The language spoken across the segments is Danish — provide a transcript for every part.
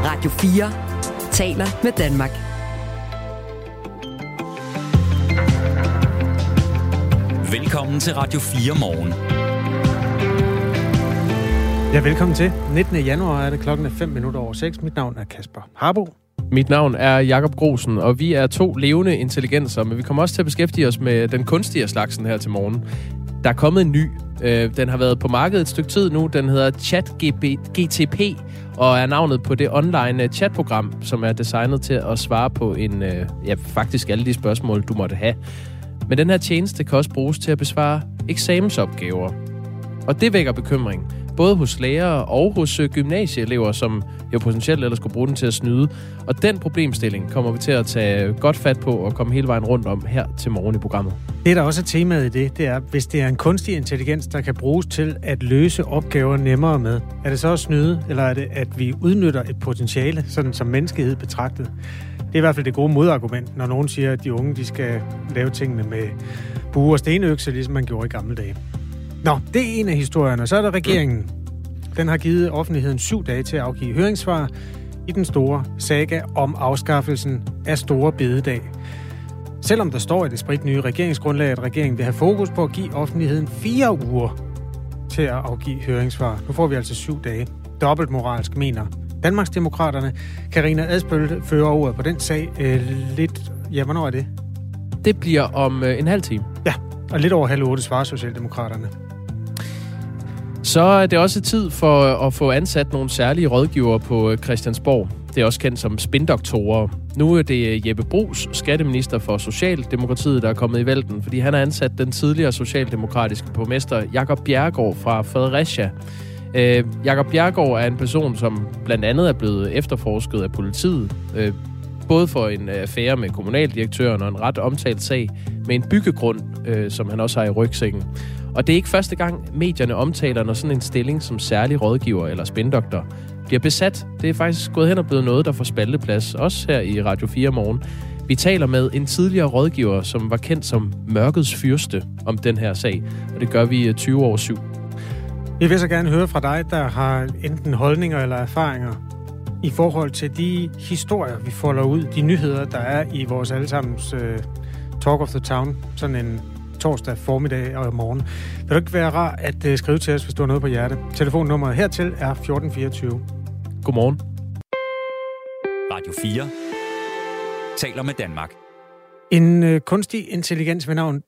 Radio 4 taler med Danmark. Velkommen til Radio 4 morgen. Ja, velkommen til. 19. januar er det, klokken er 5:05. Mit navn er Kasper Harbo. Mit navn er Jakob Grosen, og vi er 2 levende intelligenser, men vi kommer også til at beskæftige os med den kunstige slagsen her til morgen. Der er kommet en ny. Den har været på markedet et stykke tid nu. Den hedder ChatGPT og er navnet på det online chatprogram, som er designet til at svare på faktisk alle de spørgsmål, du måtte have. Men den her tjeneste kan også bruges til at besvare eksamensopgaver. Og det vækker bekymring, både hos lærere og hos gymnasieelever, som jo potentielt ellers skulle bruge den til at snyde. Og den problemstilling kommer vi til at tage godt fat på og komme hele vejen rundt om her til morgen i programmet. Det, der også er temaet i det er, hvis det er en kunstig intelligens, der kan bruges til at løse opgaver nemmere med, er det så at snyde, eller er det, at vi udnytter et potentiale, sådan som menneskehed betragtet? Det er i hvert fald det gode modargument, når nogen siger, at de unge de skal lave tingene med bue og stenøkse, ligesom man gjorde i gamle dage. Nå, det er en af historierne. Så er der regeringen. Den har givet offentligheden 7 dage til at afgive høringssvar i den store saga om afskaffelsen af store bededag. Selvom der står i det spritnye regeringsgrundlag, at regeringen vil have fokus på at give offentligheden 4 uger til at afgive høringssvar. Nu får vi altså 7 dage. Dobbeltmoralsk mener Danmarksdemokraterne. Karina Adsbøl fører ordet på den sag hvornår er det? Det bliver om en halv time. Ja, og lidt over 7:30 svarer Socialdemokraterne. Så er det også tid for at få ansat nogle særlige rådgivere på Christiansborg. Det er også kendt som spindoktorer. Nu er det Jeppe Bruus, skatteminister for Socialdemokratiet, der er kommet i vælten, fordi han har ansat den tidligere socialdemokratiske borgmester Jakob Bjerregaard fra Fredericia. Jakob Bjerregaard er en person, som blandt andet er blevet efterforsket af politiet, både for en affære med kommunaldirektøren og en ret omtalt sag med en byggegrund, som han også har i rygsækken. Og det er ikke første gang, medierne omtaler, når sådan en stilling som særlig rådgiver eller spindoktor bliver besat. Det er faktisk gået hen og blevet noget, der får spalteplads, også her i Radio 4 morgen. Vi taler med en tidligere rådgiver, som var kendt som Mørkets Fyrste, om den her sag, og det gør vi 20 over 7. Jeg vil så gerne høre fra dig, der har enten holdninger eller erfaringer i forhold til de historier, vi folder ud, de nyheder, der er i vores allesammens Talk of the Town, sådan en torsdag formiddag og morgen. Vil du ikke være rar at skrive til os, hvis du har noget på hjerte? Telefonnummeret hertil er 1424. Godmorgen. Radio 4 taler med Danmark. En kunstig intelligens ved navn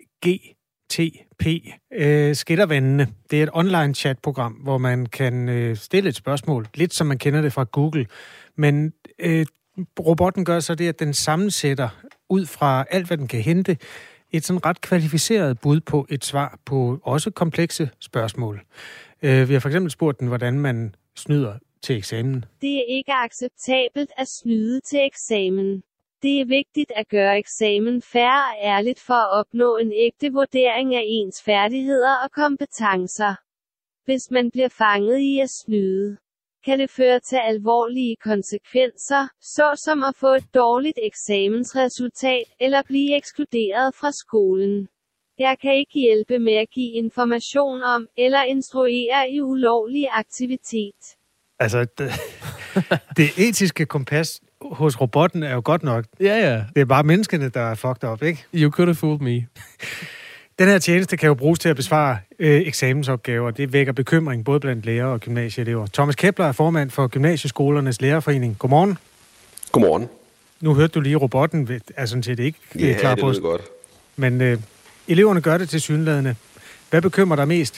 ChatGPT skiller vandene. Det er et online chatprogram, hvor man kan stille et spørgsmål, lidt som man kender det fra Google. Men robotten gør så det, at den sammensætter ud fra alt, hvad den kan hente, et sådan ret kvalificeret bud på et svar på også komplekse spørgsmål. Vi har for eksempel spurgt den, hvordan man snyder til eksamen. Det er ikke acceptabelt at snyde til eksamen. Det er vigtigt at gøre eksamen fair og ærligt for at opnå en ægte vurdering af ens færdigheder og kompetencer. Hvis man bliver fanget i at snyde, kan det føre til alvorlige konsekvenser, såsom at få et dårligt eksamensresultat eller blive ekskluderet fra skolen. Jeg kan ikke hjælpe med at give information om eller instruere i ulovlig aktivitet. Altså, det etiske kompas hos robotten er jo godt nok. Ja. Det er bare menneskene, der er fucked up, ikke? You could have fooled me. Den her tjeneste kan jo bruges til at besvare eksamensopgaver. Det vækker bekymring både blandt lærere og gymnasieelever. Thomas Kepler er formand for Gymnasieskolernes Lærerforening. Godmorgen. Godmorgen. Nu hørte du lige, robotten er sådan set ikke klar på. Ja, det lyder godt. Men eleverne gør det tilsyneladende. Hvad bekymrer dig mest?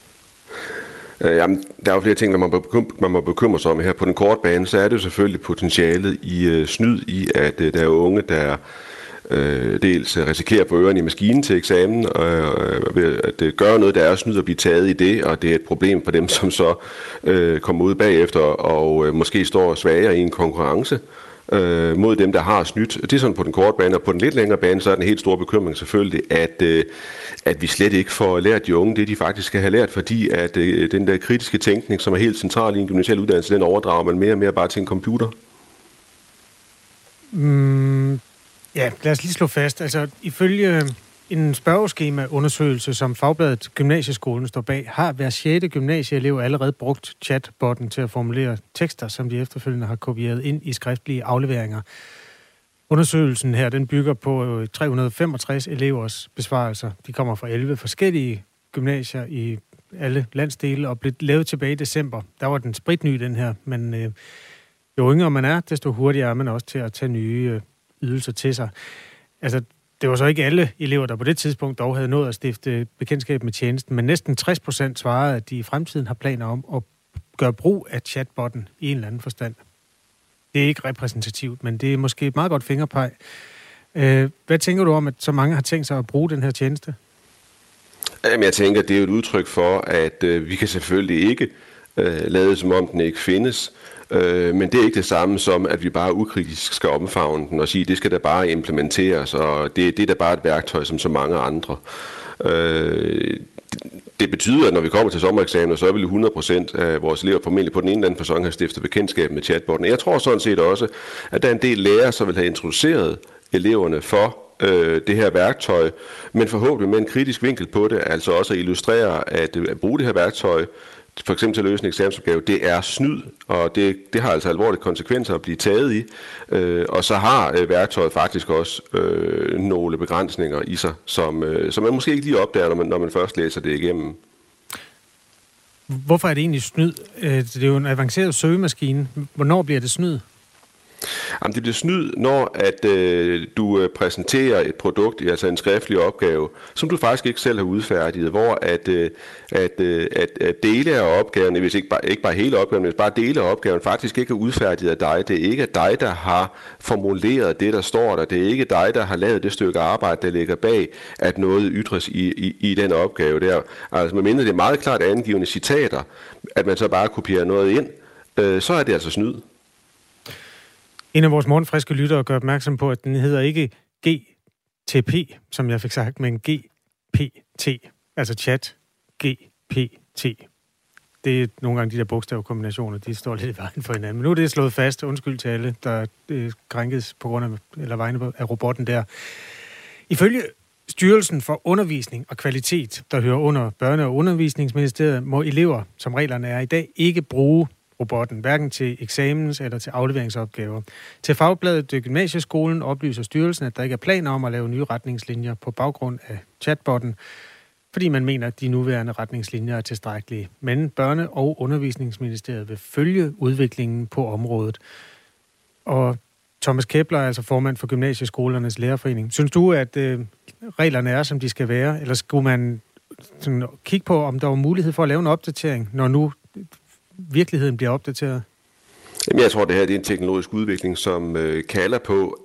Jamen, der er jo flere ting, man må bekymre sig om her. På den korte bane, så er det jo selvfølgelig potentialet i snyd i, at der er unge, der dels risikerer at få ørerne i maskinen til eksamen, at det gør noget, der er snyd at blive taget i det, og det er et problem for dem, som så kommer ud bagefter og måske står svagere i en konkurrence mod dem, der har snydt. Det er sådan på den korte bane, og på den lidt længere bane, så er den helt store bekymring selvfølgelig, at vi slet ikke får lært de unge det, de faktisk skal have lært, fordi at den der kritiske tænkning, som er helt central i en gymnasial uddannelse, den overdrager man mere og mere bare til en computer. Ja, lad os lige slå fast. Altså, ifølge En spørgeskemaundersøgelse, som Fagbladet Gymnasieskolen står bag, har hver 6. gymnasieelev allerede brugt chatbotten til at formulere tekster, som de efterfølgende har kopieret ind i skriftlige afleveringer. Undersøgelsen her, den bygger på 365 elevers besvarelser. De kommer fra 11 forskellige gymnasier i alle landsdele og blev lavet tilbage i december. Der var den spritny, den her, men jo yngre man er, desto hurtigere er man også til at tage nye ydelser til sig. Altså, det var så ikke alle elever, der på det tidspunkt dog havde nået at stifte bekendtskab med tjenesten, men næsten 60% svarede, at de i fremtiden har planer om at gøre brug af chatbotten i en eller anden forstand. Det er ikke repræsentativt, men det er måske et meget godt fingerpeg. Hvad tænker du om, at så mange har tænkt sig at bruge den her tjeneste? Jamen, jeg tænker, det er et udtryk for, at vi kan selvfølgelig ikke lade som om den ikke findes. Men det er ikke det samme som, at vi bare ukritisk skal omfavne den og sige, at det skal da bare implementeres, og det er da bare et værktøj som så mange andre. Det betyder, at når vi kommer til sommereksamen, så vil 100% af vores elever formentlig på den ene eller anden facon have stiftet bekendtskab med chatbotten. Jeg tror sådan set også, at der er en del lærere, som vil have introduceret eleverne for det her værktøj, men forhåbentlig med en kritisk vinkel på det, altså også at illustrere, at bruge det her værktøj for eksempel til at løse en eksamensopgave, det er snyd, og det har altså alvorlige konsekvenser at blive taget i. Og så har værktøjet faktisk også nogle begrænsninger i sig, som man måske ikke lige opdager, når man først læser det igennem. Hvorfor er det egentlig snyd? Det er jo en avanceret søgemaskine. Hvornår bliver det snyd? Jamen, det bliver snyd, når at du præsenterer et produkt, altså en skriftlig opgave, som du faktisk ikke selv har udfærdiget, hvor at dele af opgaven, hvis ikke bare hele opgaven, men bare dele af opgaven, faktisk ikke er udfærdiget af dig. Det er ikke dig, der har formuleret det, der står der. Det er ikke dig, der har lavet det stykke arbejde, der ligger bag, at noget ytres i den opgave der. Altså, medmindre det er meget klart angivende citater, at man så bare kopierer noget ind, så er det altså snyd. En af vores morgenfriske lyttere gør opmærksom på, at den hedder ikke GTP, som jeg fik sagt, men GPT. Altså chat GPT. Det er nogle gange de der bogstavkombinationer, de står lidt i vejen for hinanden. Men nu er det slået fast. Undskyld til alle, der krænkes på grund af, eller vegne af robotten der. Ifølge Styrelsen for Undervisning og Kvalitet, der hører under Børne- og Undervisningsministeriet, må elever, som reglerne er i dag, ikke bruge robotten, hverken til eksamens eller til afleveringsopgaver. Til Fagbladet Gymnasieskolen oplyser styrelsen, at der ikke er planer om at lave nye retningslinjer på baggrund af chatbotten, fordi man mener, at de nuværende retningslinjer er tilstrækkelige. Men Børne- og Undervisningsministeriet vil følge udviklingen på området. Og Thomas Kepler er altså formand for Gymnasieskolernes Lærerforening. Synes du, at reglerne er, som de skal være, eller skulle man sådan kigge på, om der var mulighed for at lave en opdatering, når nu virkeligheden bliver opdateret? Jamen, jeg tror, det her det er en teknologisk udvikling, som kalder på,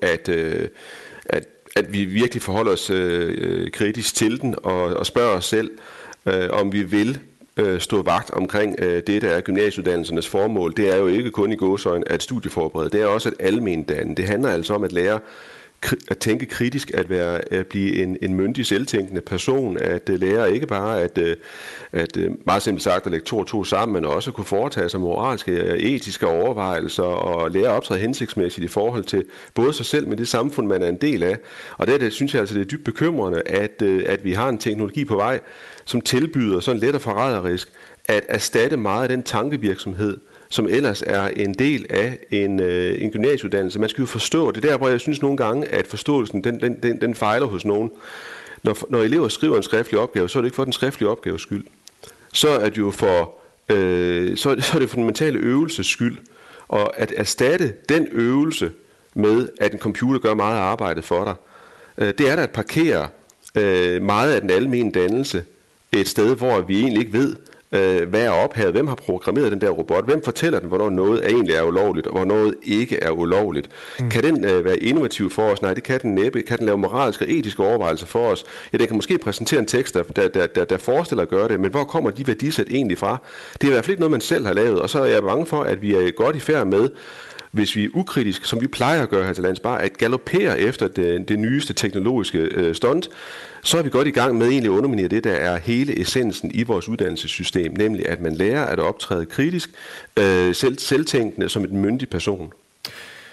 at vi virkelig forholder os kritisk til den og spørger os selv, om vi vil stå vagt omkring det, der er gymnasieuddannelsernes formål. Det er jo ikke kun i gåseøjne at studieforberede. Det er også et almendanne. Det handler altså om at lære at tænke kritisk, at blive en myndig, selvtænkende person, at lære ikke bare at meget simpelt sagt at lægge 2 og 2 sammen, men også kunne foretage sig moralske og etiske overvejelser og lære at optræde hensigtsmæssigt i forhold til både sig selv, men det samfund, man er en del af. Og det synes jeg altså, det er dybt bekymrende, at vi har en teknologi på vej, som tilbyder sådan let og forræderisk at erstatte meget af den tankevirksomhed, som ellers er en del af en gymnasieuddannelse. Man skal jo forstå, det er der, hvor jeg synes nogle gange, at forståelsen, den fejler hos nogen. Når elever skriver en skriftlig opgave, så er det ikke for den skriftlige opgaves skyld. Så er det jo for den mentale øvelses skyld. Og at erstatte den øvelse med, at en computer gør meget af arbejdet for dig, det er da at parkere meget af den almene dannelse et sted, hvor vi egentlig ikke ved, hvad er ophavet, hvem har programmeret den der robot, hvem fortæller den, hvornår noget egentlig er ulovligt, og hvornår noget ikke er ulovligt. Kan den være innovativ for os? Nej, det kan den næppe. Kan den lave moralske og etiske overvejelser for os? Ja, den kan måske præsentere en tekst, der forestiller at gøre det, men hvor kommer de værdisæt egentlig fra? Det er i hvert fald ikke noget, man selv har lavet, og så er jeg bange for, at vi er godt i færd med, hvis vi er ukritiske, som vi plejer at gøre her til lands, bare at galoppere efter det nyeste teknologiske stunt, så er vi godt i gang med egentlig at underminere det, der er hele essensen i vores uddannelsessystem, nemlig at man lærer at optræde kritisk, selvtænkende som en myndig person.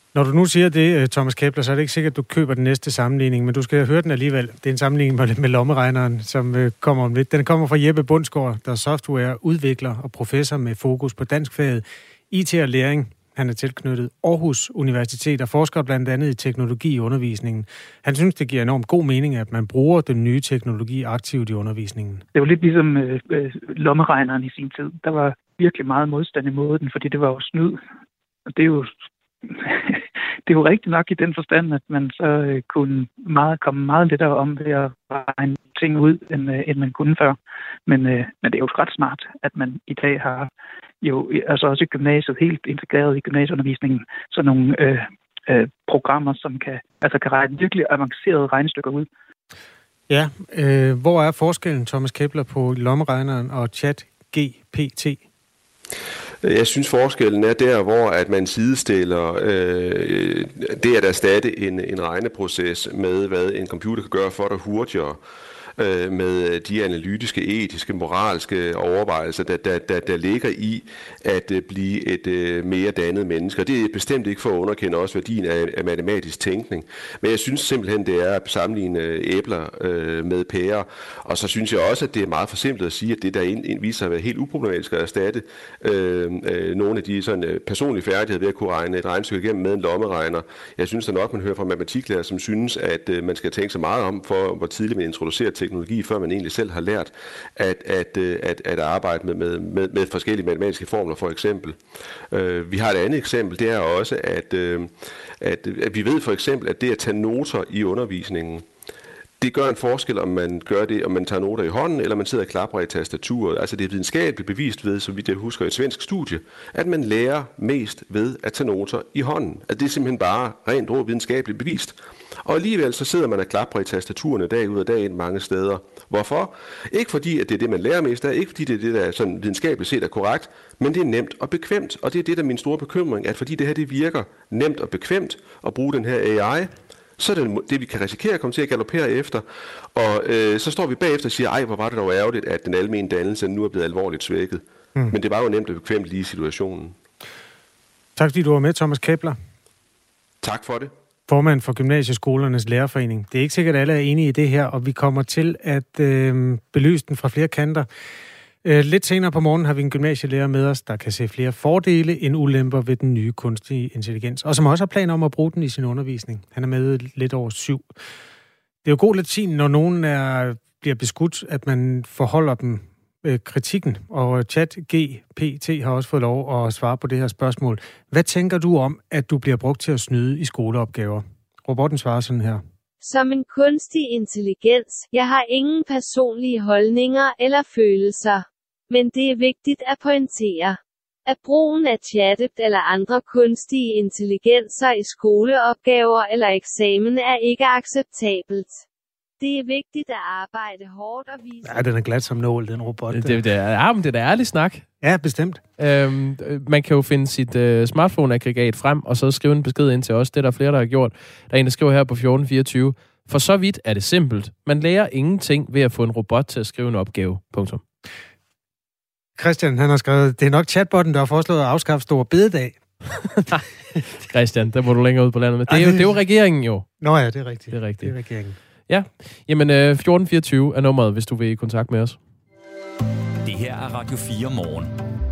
Når du nu siger det, Thomas Kepler, så er det ikke sikkert, at du køber den næste sammenligning, men du skal høre den alligevel. Det er en sammenligning med lommeregneren, som kommer om lidt. Den kommer fra Jeppe Bundsgaard, der er softwareudvikler og professor med fokus på danskfaget IT og læring. Han er tilknyttet Aarhus Universitet og forsker blandt andet i teknologi i undervisningen. Han synes, det giver enormt god mening, at man bruger den nye teknologi aktivt i undervisningen. Det var lidt ligesom lommeregneren i sin tid. Der var virkelig meget modstand imod den, fordi det var jo snyd. Og det er jo det er jo rigtigt nok i den forstand, at man så kunne komme meget lettere om ved at regne ting ud, end man kunne før. Men det er jo ret smart, at man i dag har jo altså også i gymnasiet, helt integreret i gymnasieundervisningen, sådan nogle programmer, som kan regne virkelig avancerede regnestykker ud. Ja, hvor er forskellen, Thomas Kepler, på lommeregneren og ChatGPT? Jeg synes, forskellen er der, hvor at man sidestiller det at erstatte en regneproces med, hvad en computer kan gøre for dig hurtigere, med de analytiske, etiske, moralske overvejelser, der ligger i at blive et mere dannet menneske. Og det er bestemt ikke for at underkende også værdien af matematisk tænkning. Men jeg synes simpelthen, det er at sammenligne æbler med pærer. Og så synes jeg også, at det er meget for simpelt at sige, at det der viser sig at være helt uproblematisk at erstatte nogle af de sådan, personlige færdigheder ved at kunne regne et regnestykke igennem med en lommeregner. Jeg synes da nok, man hører fra matematiklærer, som synes, at man skal tænke sig meget om, for hvor tidligt man introducerer teknologi, før man egentlig selv har lært at arbejde med forskellige matematiske formler, for eksempel. Vi har et andet eksempel, det er også, at vi ved for eksempel, at det at tage noter i undervisningen, det gør en forskel, om man gør det, om man tager noter i hånden, eller man sidder og klapper i tastaturet. Altså det er videnskabeligt bevist ved, så vidt jeg husker i et svensk studie, at man lærer mest ved at tage noter i hånden. Altså det er simpelthen bare rent råd videnskabeligt bevist. Og alligevel så sidder man og klapper i tastaturerne dag ud og dag ind mange steder. Hvorfor? Ikke fordi, at det er det, man lærer mest af, ikke fordi det er det, der sådan videnskabeligt set er korrekt, men det er nemt og bekvemt. Og det er det, der er min store bekymring, at fordi det her det virker nemt og bekvemt at bruge den her AI, så er det, vi kan risikere at komme til at galopere efter. Og så står vi bagefter og siger, ej, hvor var det dog ærgerligt, at den almene dannelse nu er blevet alvorligt svækket. Men det var jo nemt og bekvemt lige i situationen. Tak fordi du var med, Thomas Kepler. Tak for det. Formand for Gymnasieskolernes Lærerforening. Det er ikke sikkert, at alle er enige i det her, og vi kommer til at belyse den fra flere kanter. Lidt senere på morgenen har vi en gymnasielærer med os, der kan se flere fordele end ulemper ved den nye kunstige intelligens, og som også har planer om at bruge den i sin undervisning. Han er med lidt over 7. Det er jo god latin, når nogen bliver beskudt, at man forholder dem kritikken, og ChatGPT har også fået lov at svare på det her spørgsmål. Hvad tænker du om, at du bliver brugt til at snyde i skoleopgaver? Robotten svarer sådan her. Som en kunstig intelligens, jeg har ingen personlige holdninger eller følelser. Men det er vigtigt at pointere, at brugen af chattet eller andre kunstige intelligenser i skoleopgaver eller eksamen er ikke acceptabelt. Det er vigtigt at arbejde hårdt og vise... Ja, den er glat som nål, den robot. Men det er ærlig snak. Ja, bestemt. Man kan jo finde sit smartphone-aggregat frem, og så skrive en besked ind til os. Det er der flere, der har gjort. Der er en, der skriver her på 1424. For så vidt er det simpelt. Man lærer ingenting ved at få en robot til at skrive en opgave. Punktum. Christian, han har skrevet, det er nok chatbotten, der har foreslået at afskaffe Store Bededag. Nej, Christian, der må du længere ud på landet med. Det er jo regeringen jo. Nå ja, det er rigtigt. Det er rigtigt. Det er regeringen. Ja, jamen 1424 er nummeret, hvis du vil i kontakt med os. Det her er Radio 4 morgen.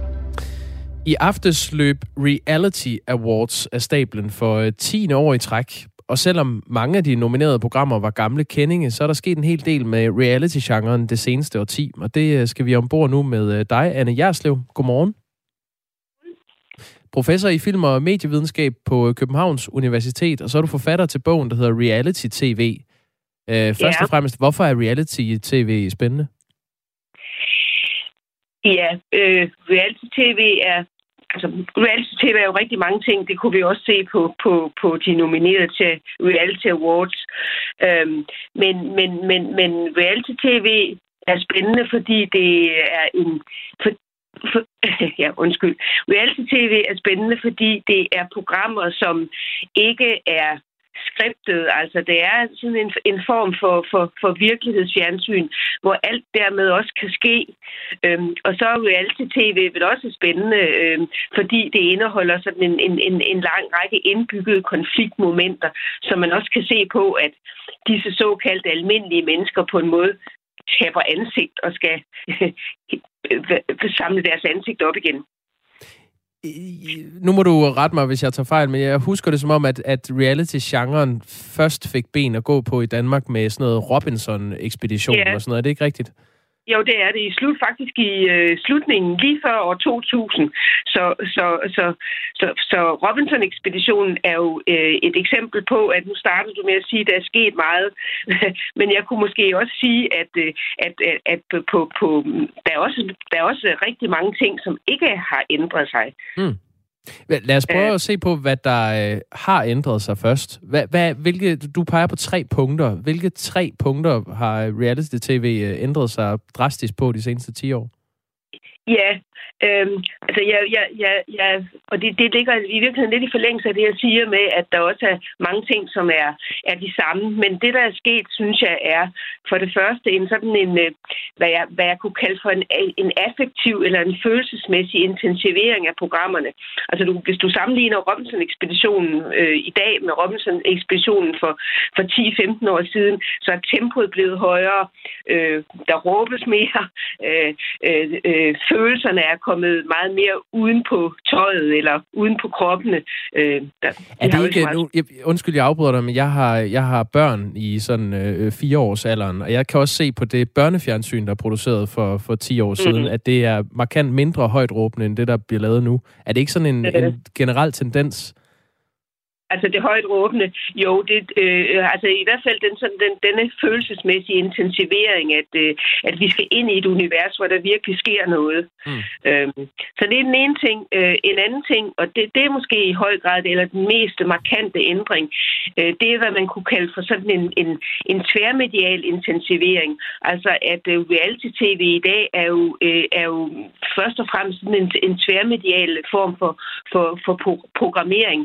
I aftes løb Reality Awards af stablen for 10. år i træk. Og selvom mange af de nominerede programmer var gamle kendinge, så er der sket en hel del med reality-genren det seneste årti. Og det skal vi ombord nu med dig, Anne Jerslev. Godmorgen. Professor i film- og medievidenskab på Københavns Universitet, og så er du forfatter til bogen, der hedder Reality TV. Først og fremmest, hvorfor er reality-tv spændende? Ja, reality-tv er... Altså, reality-tv er jo rigtig mange ting. Det kunne vi også se på de nominerede til Reality Awards. Men reality-tv er spændende, fordi det er en... Reality-tv er spændende, fordi det er programmer, som ikke er skriptet. Altså, det er sådan en form for virkelighedsfjernsyn, hvor alt dermed også kan ske. Og så er reality-tv vel også spændende, fordi det indeholder sådan en lang række indbyggede konfliktmomenter, som man også kan se på, at disse såkaldte almindelige mennesker på en måde taber ansigt og skal samle deres ansigt op igen. Nu må du rette mig, hvis jeg tager fejl, men jeg husker det som om, at reality-genren først fik ben at gå på i Danmark med sådan noget Robinson-ekspedition og sådan noget. Er det ikke rigtigt? Jo, det er det. Faktisk i slutningen, lige før år 2000. Så Robinson-ekspeditionen er jo et eksempel på, at nu starter du med at sige, at der er sket meget. Men jeg kunne måske også sige, at der er også rigtig mange ting, som ikke har ændret sig. Lad os prøve at se på, hvad der har ændret sig først. Du peger på 3 punkter. Hvilke 3 punkter har reality-tv ændret sig drastisk på de seneste 10 år? Ja, altså og det ligger i virkeligheden lidt i forlængelse af det, jeg siger med, at der også er mange ting, som er de samme. Men det, der er sket, synes jeg, er for det første hvad jeg kunne kalde for en affektiv eller en følelsesmæssig intensivering af programmerne. Altså, hvis du sammenligner Robinson-ekspeditionen i dag med Robinson-ekspeditionen for 10-15 år siden, så er tempoet blevet højere. Der råbes mere. Følelserne er kommet meget mere uden på tøjet eller uden på kroppene. Er det ikke... Undskyld, jeg afbryder dig, men jeg har børn i sådan 4-årsalderen, og jeg kan også se på det børnefjernsyn, der er produceret for 10 år siden, at det er markant mindre højt råbende, end det, der bliver lavet nu. Er det ikke sådan en generel tendens? Altså det højt råbende, jo, altså i hvert fald denne følelsesmæssige intensivering, at vi skal ind i et univers, hvor der virkelig sker noget. Så det er den ene ting. En anden ting, og det er måske i høj grad, eller den mest markante ændring, det er, hvad man kunne kalde for sådan en tværmedial intensivering. Altså at reality-tv i dag er jo først og fremmest en tværmedial form for programmering,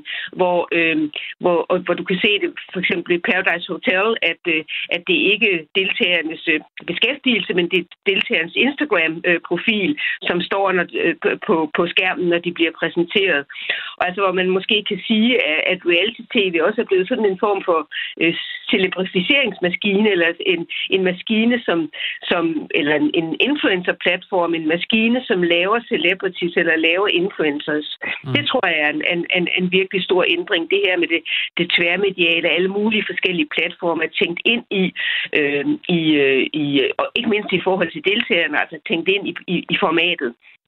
hvor du kan se det for eksempel i Paradise Hotel, at det ikke er deltagernes beskæftigelse, men det er deltagernes Instagram-profil, som står på skærmen, når de bliver præsenteret. Og altså, hvor man måske kan sige, at reality-tv også er blevet sådan en form for celebrificeringsmaskine, eller en maskine, eller en influencer-platform, en maskine, som laver celebrities eller laver influencers. Det tror jeg er en virkelig stor ændring. Det her med det tværmediale, alle mulige forskellige platformer tænkt ind i og ikke mindst i forhold til deltagerne, altså tænkt ind i formatet.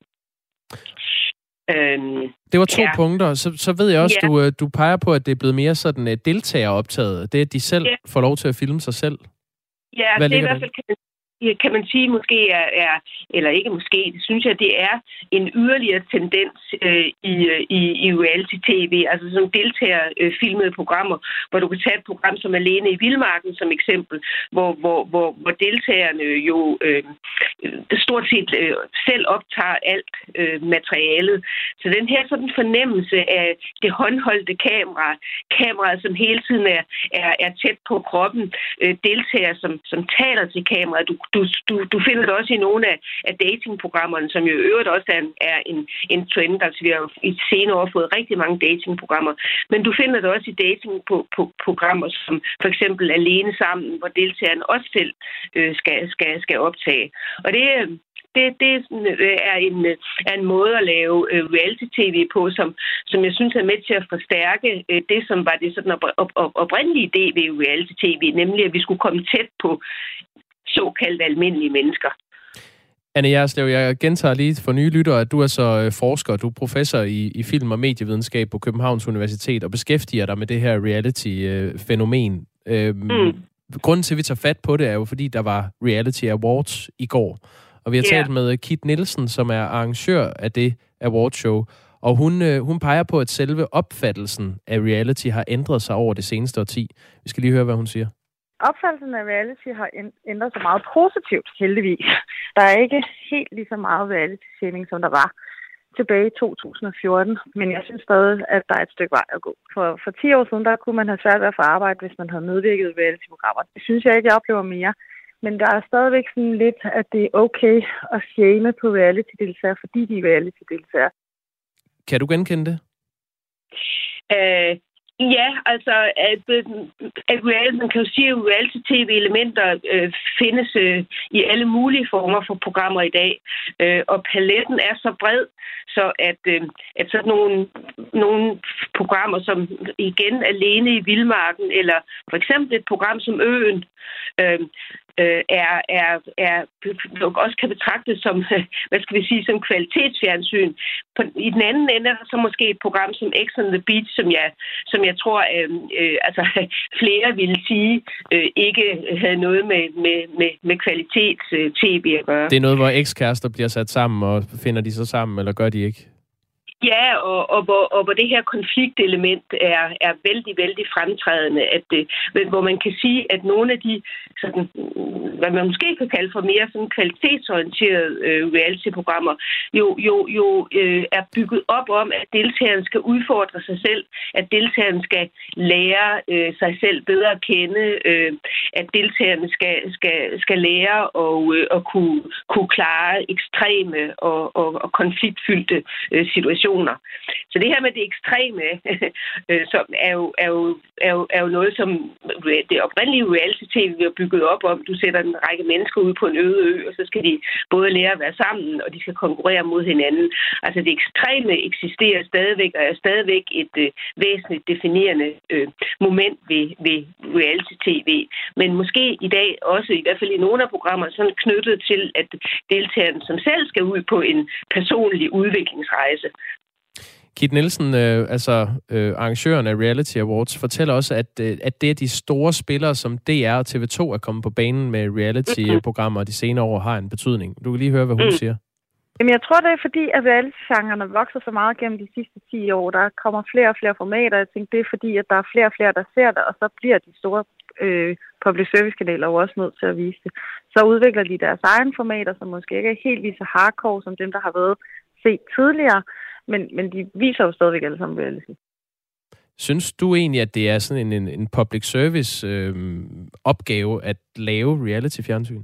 Det var 2 punkter. Så ved jeg også, du peger på, at det er blevet mere sådan deltageroptaget. Det er, at de selv får lov til at filme sig selv. Ja, det er i hvert fald kan man sige måske eller ikke måske, det synes jeg, det er en yderligere tendens i reality-tv, altså sådan deltagerfilmede programmer, hvor du kan tage et program som Alene i Vildmarken som eksempel, hvor deltagerne jo stort set selv optager alt materialet. Så den her sådan fornemmelse af det håndholdte kameraet, som hele tiden er tæt på kroppen, deltager, som taler til kameraet. Du finder det også i nogle af datingprogrammerne, som jo i øvrigt også er en trend. Altså vi har jo i senere år fået rigtig mange datingprogrammer. Men du finder det også i datingprogrammer, som for eksempel Alene Sammen, hvor deltagerne også selv skal optage. Og det er en måde at lave reality-tv på, som jeg synes er med til at forstærke det, som var det sådan oprindelige idé ved reality-tv, nemlig at vi skulle komme tæt på såkaldt almindelige mennesker. Anne Jerslev, jeg gentager lige for nye lyttere, at du er så forsker, du er professor i film- og medievidenskab på Københavns Universitet og beskæftiger dig med det her reality-fænomen. Grunden til, at vi tager fat på det, er jo fordi, der var Reality Awards i går. Og vi har talt med Kit Nielsen, som er arrangør af det awardshow. Og hun peger på, at selve opfattelsen af reality har ændret sig over det seneste årti. Vi skal lige høre, hvad hun siger. Opfattelsen af reality har ændret sig meget positivt, heldigvis. Der er ikke helt lige så meget reality-shaming, som der var tilbage i 2014, men jeg synes stadig, at der er et stykke vej at gå. For 10 år siden, der kunne man have svært ved at få arbejde, hvis man havde medvirket i reality-programmer. Det synes jeg ikke, jeg oplever mere. Men der er stadigvæk sådan lidt, at det er okay at shame på reality-deltagere, fordi de er reality-deltagere. Kan du genkende det? Ja, altså, man kan jo sige, at reality-tv-elementer findes i alle mulige former for programmer i dag. Og paletten er så bred, så at sådan nogle programmer, som igen Alene i Vildmarken, eller for eksempel et program som Øen, også kan betragtes som, som kvalitetsfjernsyn. I den anden ende er der så måske et program som X on the Beach, som jeg tror, flere ville sige, ikke havde noget med kvalitets-tv at gøre. Det er noget, hvor ekskærester bliver sat sammen, og finder de så sammen, eller gør de ikke? Ja, og hvor det her konfliktelement er vældig, vældig fremtrædende, hvor man kan sige, at nogle af de, sådan, hvad man måske kan kalde for mere sådan kvalitetsorienterede reality-programmer, jo er bygget op om, at deltageren skal udfordre sig selv, at deltageren skal lære sig selv bedre at kende, at deltagerne skal lære at kunne klare ekstreme og konfliktfyldte situationer. Så det her med det ekstreme, som er jo noget, som det oprindelige reality-tv vi har bygget op om. Du sætter en række mennesker ud på en øde ø, og så skal de både lære at være sammen, og de skal konkurrere mod hinanden. Altså det ekstreme eksisterer stadigvæk, og er stadigvæk et væsentligt definerende moment ved reality-tv. Men måske i dag også, i hvert fald i nogle af programmer, sådan knyttet til, at deltageren som selv skal ud på en personlig udviklingsrejse. Kit Nielsen, arrangøren af Reality Awards, fortæller også, at det er de store spillere, som DR og TV2 er kommet på banen med reality-programmer de senere år, har en betydning. Du kan lige høre, hvad hun siger. Jamen, jeg tror, det er fordi, at reality-genrerne vokser så meget gennem de sidste 10 år. Der kommer flere og flere formater. Jeg tænker, det er fordi, at der er flere og flere, der ser det, og så bliver de store public service-kanaler jo også nødt til at vise det. Så udvikler de deres egne formater, som måske ikke er helt lige så hardcore som dem, der har været set tidligere. Men de viser jo stadigvæk alle sammen reality. Synes du egentlig, at det er sådan en public service opgave at lave reality-fjernsyn?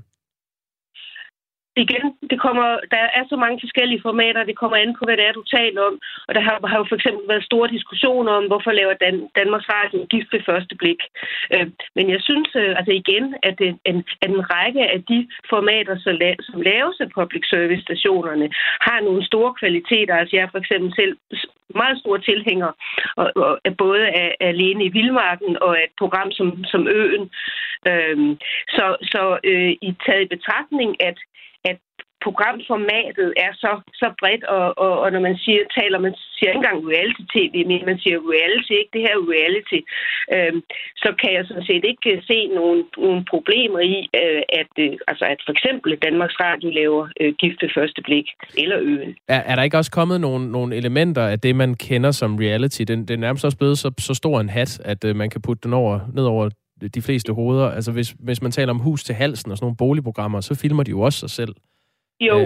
Igen, der er så mange forskellige formater, det kommer an på, hvad det er, du taler om. Og der har jo for eksempel været store diskussioner om, hvorfor laver Danmarks Radio gift ved første blik. Men jeg synes igen, at en række af de formater, som laves af public service stationerne, har nogle store kvaliteter. Altså jeg er for eksempel selv meget store tilhænger, og både af Alene i Vildmarken og et program som Øen. Så i taget i betragtning, at programformatet er så bredt, og når man siger ikke engang reality-tv, men man siger reality, ikke det her reality, så kan jeg sådan set ikke se nogle problemer i, at for eksempel Danmarks Radio laver gift ved første blik, eller Øen. Er der ikke også kommet nogle elementer af det, man kender som reality? Det er nærmest også blevet så stor en hat, at man kan putte den ned over de fleste hoveder. Altså hvis man taler om Hus til halsen og sådan nogle boligprogrammer, så filmer de jo også sig selv. Jo.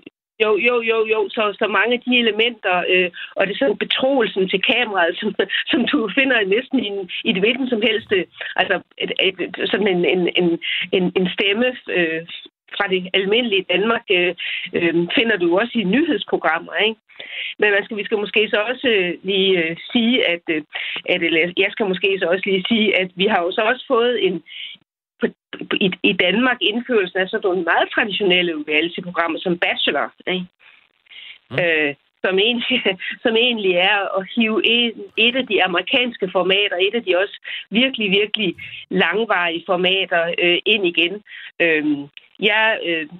Så mange af de elementer, og det er sådan betroelsen til kameraet, som du finder næsten i det hvilken som helst, sådan en stemme fra det almindelige Danmark, finder du også i nyhedsprogrammer, ikke? Men vi skal måske så også lige sige, jeg skal måske så også lige sige, at vi har jo så også fået i Danmark indførelsen af sådan nogle meget traditionelle reality-programmer som Bachelor, ikke? Som egentlig er at hive et af de amerikanske formater, et af de også virkelig, virkelig langvarige formater ind igen. Jeg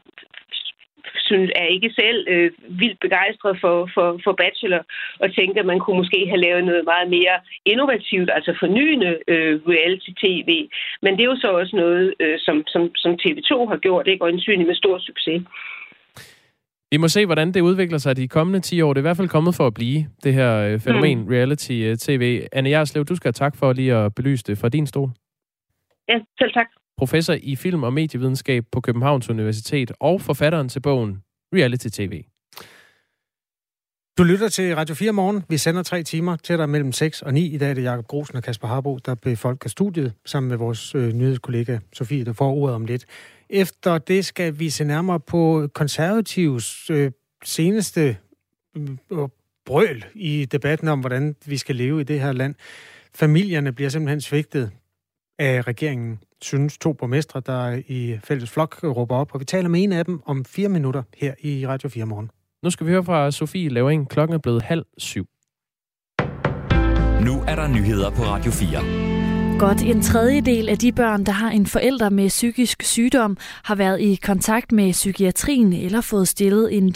er ikke selv vildt begejstret for Bachelor, og tænker, at man kunne måske have lavet noget meget mere innovativt, altså fornyende reality-tv. Men det er jo så også noget, som TV2 har gjort, ikke? Og øjensynligt med stor succes. Vi må se, hvordan det udvikler sig de kommende 10 år. Det er i hvert fald kommet for at blive, det her fænomen, reality-tv. Anne Jerslev, du skal have tak for lige at belyse det fra din stol. Ja, selv tak. Professor i film- og medievidenskab på Københavns Universitet og forfatteren til bogen Reality TV. Du lytter til Radio 4 Morgen. Vi sender 3 timer til dig mellem 6 og 9. I dag er det Jakob Grosen og Kasper Harbo, der befolker studiet sammen med vores nyhedskollega Sofie, der får ordet om lidt. Efter det skal vi se nærmere på Konservatives seneste brøl i debatten om, hvordan vi skal leve i det her land. Familierne bliver simpelthen svigtet af regeringen, synes 2 borgmestre, der i fælles flok råber op. Og vi taler med en af dem om 4 minutter her i Radio 4 Morgen. Nu skal vi høre fra Sofie Levering. Klokken er blevet 6:30. Nu er der nyheder på Radio 4. Godt en tredjedel af de børn, der har en forælder med psykisk sygdom, har været i kontakt med psykiatrien eller fået stillet en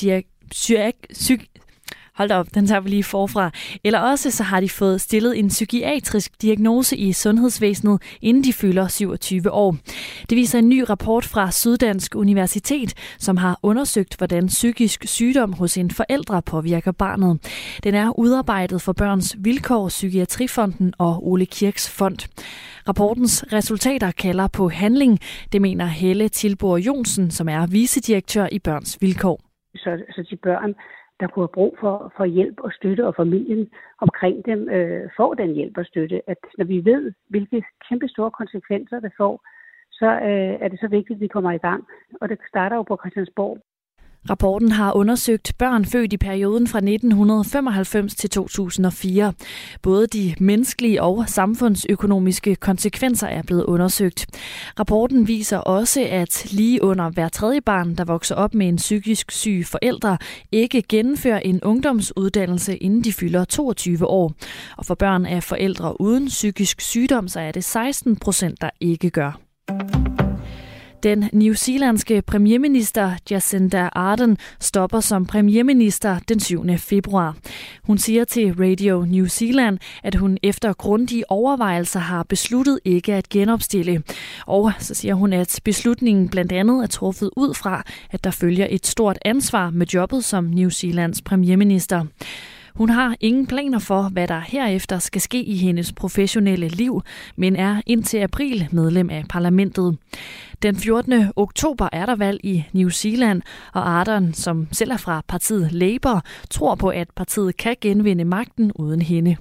Hold da op, den tager vi lige forfra. Eller også så har de fået stillet en psykiatrisk diagnose i sundhedsvæsenet, inden de fylder 27 år. Det viser en ny rapport fra Syddansk Universitet, som har undersøgt, hvordan psykisk sygdom hos en forældre påvirker barnet. Den er udarbejdet for Børns Vilkår, Psykiatrifonden og Ole Kirks Fond. Rapportens resultater kalder på handling, det mener Helle Tilborg Jonsen, som er vicedirektør i Børns Vilkår. Så de børn, der kunne have brug for hjælp og støtte, og familien omkring dem får den hjælp og støtte. At når vi ved, hvilke kæmpe store konsekvenser det får, så er det så vigtigt, at vi kommer i gang. Og det starter jo på Christiansborg. Rapporten har undersøgt børn født i perioden fra 1995 til 2004. Både de menneskelige og samfundsøkonomiske konsekvenser er blevet undersøgt. Rapporten viser også, at lige under hver tredje barn, der vokser op med en psykisk syg forælder, ikke gennemfører en ungdomsuddannelse, inden de fylder 22 år. Og for børn af forældre uden psykisk sygdom, så er det 16%, der ikke gør. Den newzealandske premierminister Jacinda Ardern stopper som premierminister den 7. februar. Hun siger til Radio New Zealand, at hun efter grundige overvejelser har besluttet ikke at genopstille. Og så siger hun, at beslutningen blandt andet er truffet ud fra, at der følger et stort ansvar med jobbet som New Zealands premierminister. Hun har ingen planer for, hvad der herefter skal ske i hendes professionelle liv, men er indtil april medlem af parlamentet. Den 14. oktober er der valg i New Zealand, og Ardern, som selv er fra partiet Labour, tror på, at partiet kan genvinde magten uden hende.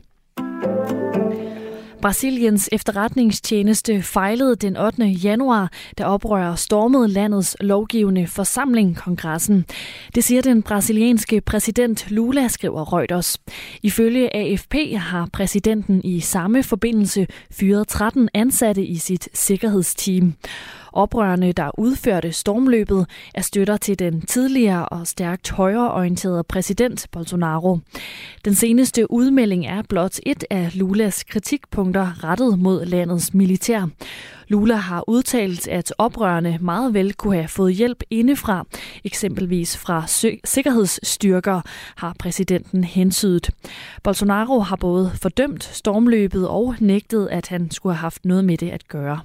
Brasiliens efterretningstjeneste fejlede den 8. januar, da oprørere stormede landets lovgivende forsamling, kongressen. Det siger den brasilianske præsident Lula, skriver Reuters. Ifølge AFP har præsidenten i samme forbindelse fyret 13 ansatte i sit sikkerhedsteam. Oprørerne, der udførte stormløbet, er støtter til den tidligere og stærkt højreorienterede præsident Bolsonaro. Den seneste udmelding er blot et af Lulas kritikpunkter rettet mod landets militær. Lula har udtalt, at oprørerne meget vel kunne have fået hjælp indefra, eksempelvis fra sikkerhedsstyrker, har præsidenten hentydet. Bolsonaro har både fordømt stormløbet og nægtet, at han skulle have haft noget med det at gøre.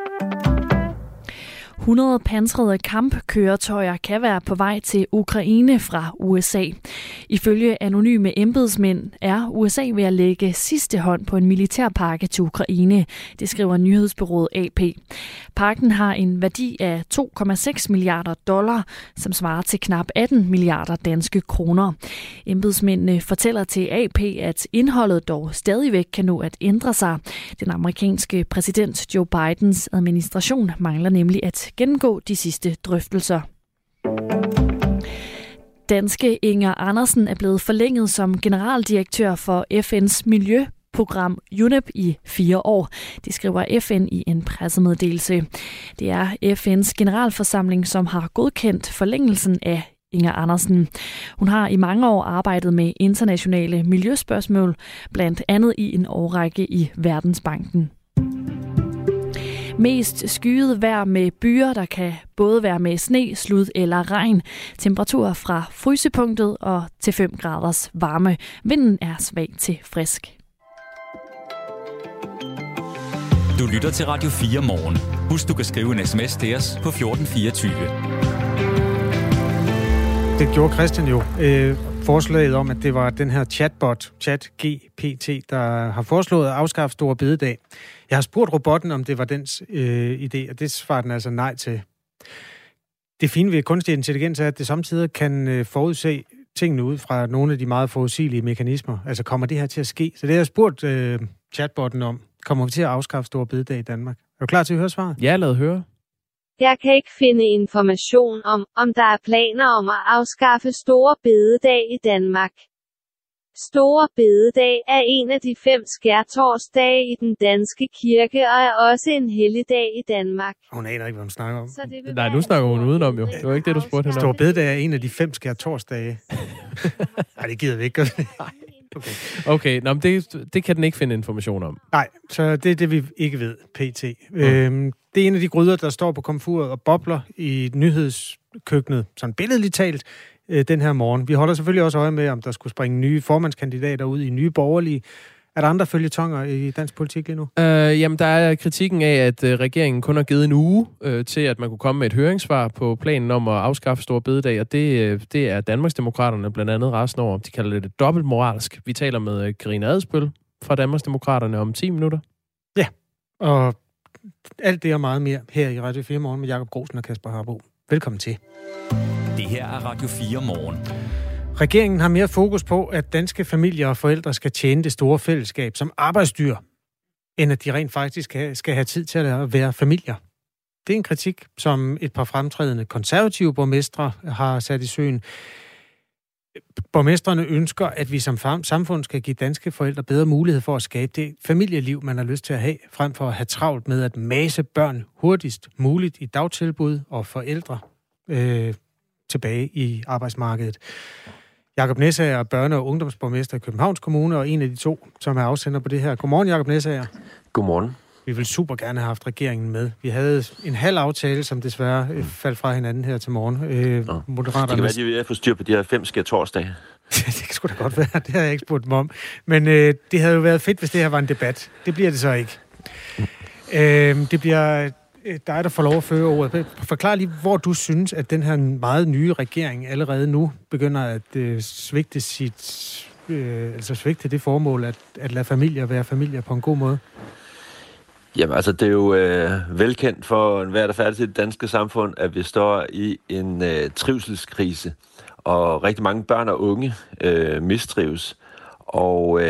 100 pansrede kampkøretøjer kan være på vej til Ukraine fra USA. Ifølge anonyme embedsmænd er USA ved at lægge sidste hånd på en militærpakke til Ukraine. Det skriver nyhedsbureauet AP. Pakken har en værdi af $2,6 milliarder, som svarer til knap 18 milliarder danske kroner. Embedsmændene fortæller til AP, at indholdet dog stadigvæk kan nå at ændre sig. Den amerikanske præsident Joe Bidens administration mangler nemlig at gennemgå de sidste drøftelser. Danske Inger Andersen er blevet forlænget som generaldirektør for FN's miljøprogram UNEP i 4 år. Det skriver FN i en pressemeddelelse. Det er FN's generalforsamling, som har godkendt forlængelsen af Inger Andersen. Hun har i mange år arbejdet med internationale miljøspørgsmål, blandt andet i en årrække i Verdensbanken. Mest skyet vejr med byer, der kan både være med sne, slud eller regn. Temperaturer fra frysepunktet og til 5 graders varme. Vinden er svag til frisk. Du lytter til Radio 4 morgen. Husk, du kan skrive en sms til os på 1424. Det gjorde Christian jo. Forslaget om, at det var den her chatbot, ChatGPT, der har foreslået at afskaffe store bededag. Jeg har spurgt robotten, om det var dens idé, og det svarer den altså nej til. Det fine ved kunstig intelligens er, at det samtidig kan forudse tingene ud fra nogle af de meget forudsigelige mekanismer. Altså, kommer det her til at ske? Så det har jeg spurgt chatbotten om. Kommer vi til at afskaffe store bededag i Danmark? Er du klar til at høre svaret? Ja, lad høre. Jeg kan ikke finde information om der er planer om at afskaffe store bededag i Danmark. Store bededag er en af de 5 skærtorsdage i den danske kirke og er også en helligdag i Danmark. Hun aner ikke, hvad hun snakker om. Nej, nu snakker hun udenom jo. Det var ikke det, du spurgte hende om. Store bededag er en af de 5 skærtorsdage. Nej, det gider vi ikke. Okay, nå, men det kan den ikke finde information om. Nej, så det er det, vi ikke ved, pt. Det er en af de gryder, der står på komfuret og bobler i nyhedskøkkenet, sådan billedligt talt, den her morgen. Vi holder selvfølgelig også øje med, om der skulle springe nye formandskandidater ud i nye borgerlige. Er der andre følgetonger i dansk politik lige nu? Jamen, der er kritikken af, at regeringen kun har givet en uge til, at man kunne komme med et høringssvar på planen om at afskaffe store bededag, og det er Danmarksdemokraterne blandt andet rasende over. De kalder det dobbeltmoralsk. Vi taler med Karina Adsbøl fra Danmarksdemokraterne om 10 minutter. Ja, og alt det og meget mere her i Radio 4 Morgen med Jakob Grosen og Kasper Harbo. Velkommen til. Det her er Radio 4 Morgen. Regeringen har mere fokus på, at danske familier og forældre skal tjene det store fællesskab som arbejdsdyr, end at de rent faktisk skal have tid til at være familier. Det er en kritik, som et par fremtrædende konservative borgmestre har sat i søen. Borgmestrene ønsker, at vi som samfund skal give danske forældre bedre mulighed for at skabe det familieliv, man har lyst til at have, frem for at have travlt med at mase børn hurtigst muligt i dagtilbud og forældre tilbage i arbejdsmarkedet. Jakob Næsager er børne- og ungdomsborgmester i Københavns Kommune, og en af de 2, som er afsender på det her. Godmorgen, Jakob Næsager. Godmorgen. Vi vil super gerne have haft regeringen med. Vi havde en halv aftale, som desværre faldt fra hinanden her til morgen. Det kan være, at de vil få styr på de her 5 skærtorsdage. Det kan sgu da godt være, det har jeg ikke spurgt dem om. Men det havde jo været fedt, hvis det her var en debat. Det bliver det så ikke. Det bliver dig, der får lov at føre ordet. Forklar lige, hvor du synes, at den her meget nye regering allerede nu begynder at svigte det formål, at lade familier være familier på en god måde. Jamen altså, det er jo velkendt for enhver, der færdig til det danske samfund, at vi står i en trivselskrise, og rigtig mange børn og unge mistrives. Og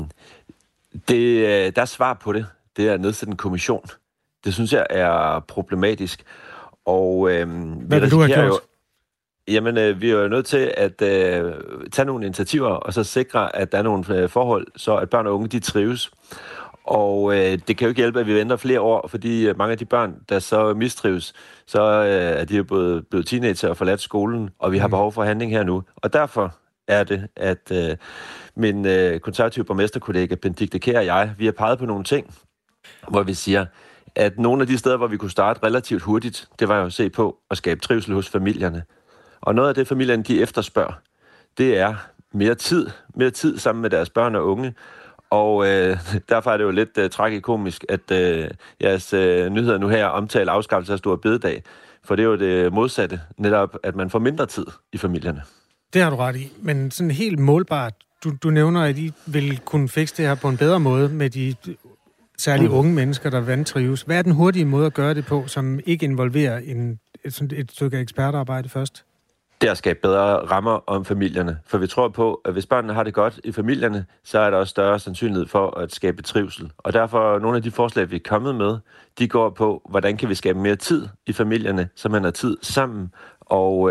der er svar på det. Det er at nedsætte en kommission. Det synes jeg er problematisk. Og hvad vil du have gjort? Jamen, vi er jo nødt til at tage nogle initiativer, og så sikre, at der er nogle forhold, så at børn og unge, de trives. Og det kan jo ikke hjælpe, at vi venter flere år, fordi mange af de børn, der så mistrives, så er de jo blevet teenager og forladt skolen, og vi har behov for handling her nu. Og derfor er det, at min konservative borgmesterkollega Benedikte Kjær og jeg, vi har peget på nogle ting, hvor vi siger, at nogle af de steder, hvor vi kunne starte relativt hurtigt, det var jo at se på at skabe trivsel hos familierne. Og noget af det, familierne de efterspørger, det er mere tid sammen med deres børn og unge. Og derfor er det jo lidt tragikomisk, at jeres nyheder nu her omtaler afskaffelse af store bededag. For det er jo det modsatte, netop at man får mindre tid i familierne. Det har du ret i, men sådan helt målbart, du nævner, at I vil kunne fikse det her på en bedre måde med de særligt unge mennesker, der vantrives. Hvad er den hurtige måde at gøre det på, som ikke involverer et stykke ekspertarbejde først? Det er at skabe bedre rammer om familierne. For vi tror på, at hvis børnene har det godt i familierne, så er der også større sandsynlighed for at skabe trivsel. Og derfor nogle af de forslag, vi er kommet med, de går på, hvordan kan vi skabe mere tid i familierne, så man har tid sammen. Og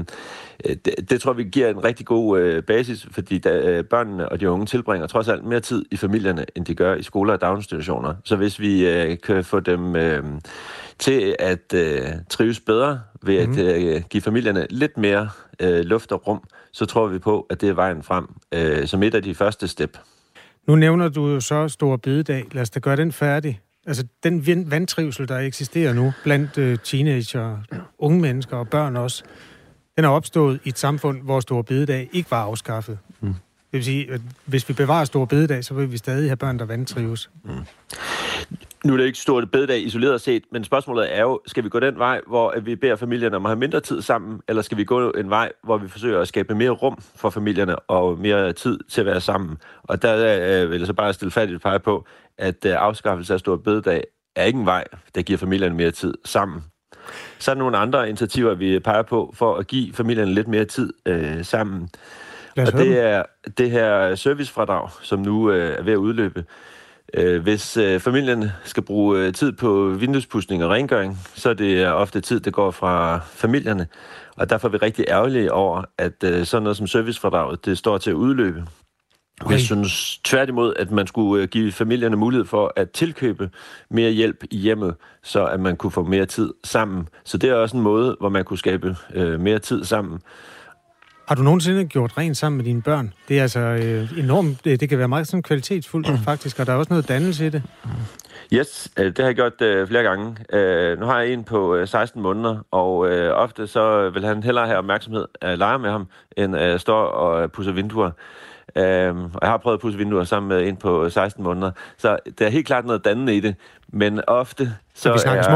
det tror vi giver en rigtig god basis, fordi børnene og de unge tilbringer trods alt mere tid i familierne, end de gør i skoler og daginstitutioner. Så hvis vi kan få dem til at trives bedre ved at give familierne lidt mere luft og rum, så tror vi på, at det er vejen frem som et af de første step. Nu nævner du jo så store bededag. Lad os da gøre den færdig. Altså den vantrivsel, der eksisterer nu blandt teenager, unge mennesker og børn også, den er opstået i et samfund, hvor store bededag ikke var afskaffet. Det vil sige, at hvis vi bevarer store bededag, så vil vi stadig have børn, der vantrives. Nu er det ikke store bededag isoleret set, men spørgsmålet er jo, skal vi gå den vej, hvor vi beder familierne om at have mindre tid sammen, eller skal vi gå en vej, hvor vi forsøger at skabe mere rum for familierne og mere tid til at være sammen? Og der vil jeg så bare stilfærdigt pege på, at afskaffelse af store bededag er ikke en vej, der giver familierne mere tid sammen. Så er der nogle andre initiativer, vi peger på for at give familierne lidt mere tid sammen. Og det er det her servicefradrag, som nu er ved at udløbe. Hvis familien skal bruge tid på vinduespudsning og rengøring, så er det ofte tid, der går fra familierne. Og derfor er vi rigtig ærgerlige over, at sådan noget som servicefradraget, det står til at udløbe. Okay. Jeg synes tværtimod, at man skulle give familierne mulighed for at tilkøbe mere hjælp i hjemmet, så at man kunne få mere tid sammen. Så det er også en måde, hvor man kunne skabe mere tid sammen. Har du nogensinde gjort rent sammen med dine børn? Det er altså enormt, det kan være meget sådan kvalitetsfuldt faktisk, og der er også noget dannelse i det. Yes, det har jeg gjort flere gange. Nu har jeg en på 16 måneder, og ofte så vil han hellere have opmærksomhed at lege med ham, end at stå og pudse vinduer. Og jeg har prøvet at pudse vinduer sammen med en på 16 måneder, så der er helt klart noget dannende i det. Men ofte så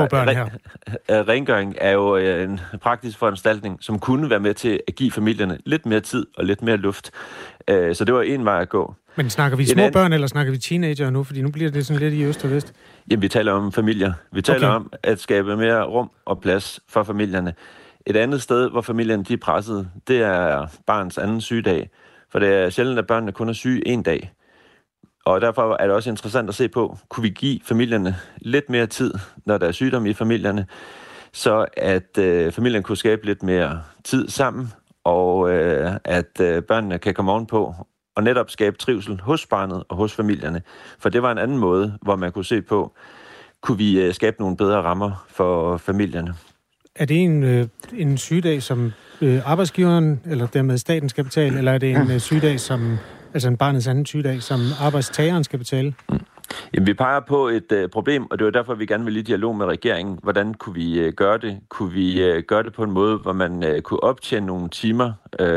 rengøring er jo en praktisk foranstaltning, som kunne være med til at give familierne lidt mere tid og lidt mere luft. Så det var en vej at gå. Men snakker vi små børn, eller snakker vi teenager nu? Fordi nu bliver det sådan lidt i øst og vest. Jamen, vi taler om familier. Vi taler om at skabe mere rum og plads for familierne. Et andet sted, hvor familierne de er presset, det er barns anden sygedag. For det er sjældent, at børnene kun er syge en dag. Og derfor er det også interessant at se på, kunne vi give familierne lidt mere tid, når der er sygdom i familierne, så at familien kunne skabe lidt mere tid sammen, og at børnene kan komme ovenpå og netop skabe trivsel hos barnet og hos familierne. For det var en anden måde, hvor man kunne se på, kunne vi skabe nogle bedre rammer for familierne. Er det en sygedag, som arbejdsgiveren eller dermed staten skal betale, eller er det en sygedag, som altså en barnets anden sygedag, som arbejdstageren skal betale? Jamen, vi peger på et problem, og det var derfor, vi gerne ville i dialog med regeringen. Hvordan kunne vi gøre det? Kunne vi gøre det på en måde, hvor man kunne optjene nogle timer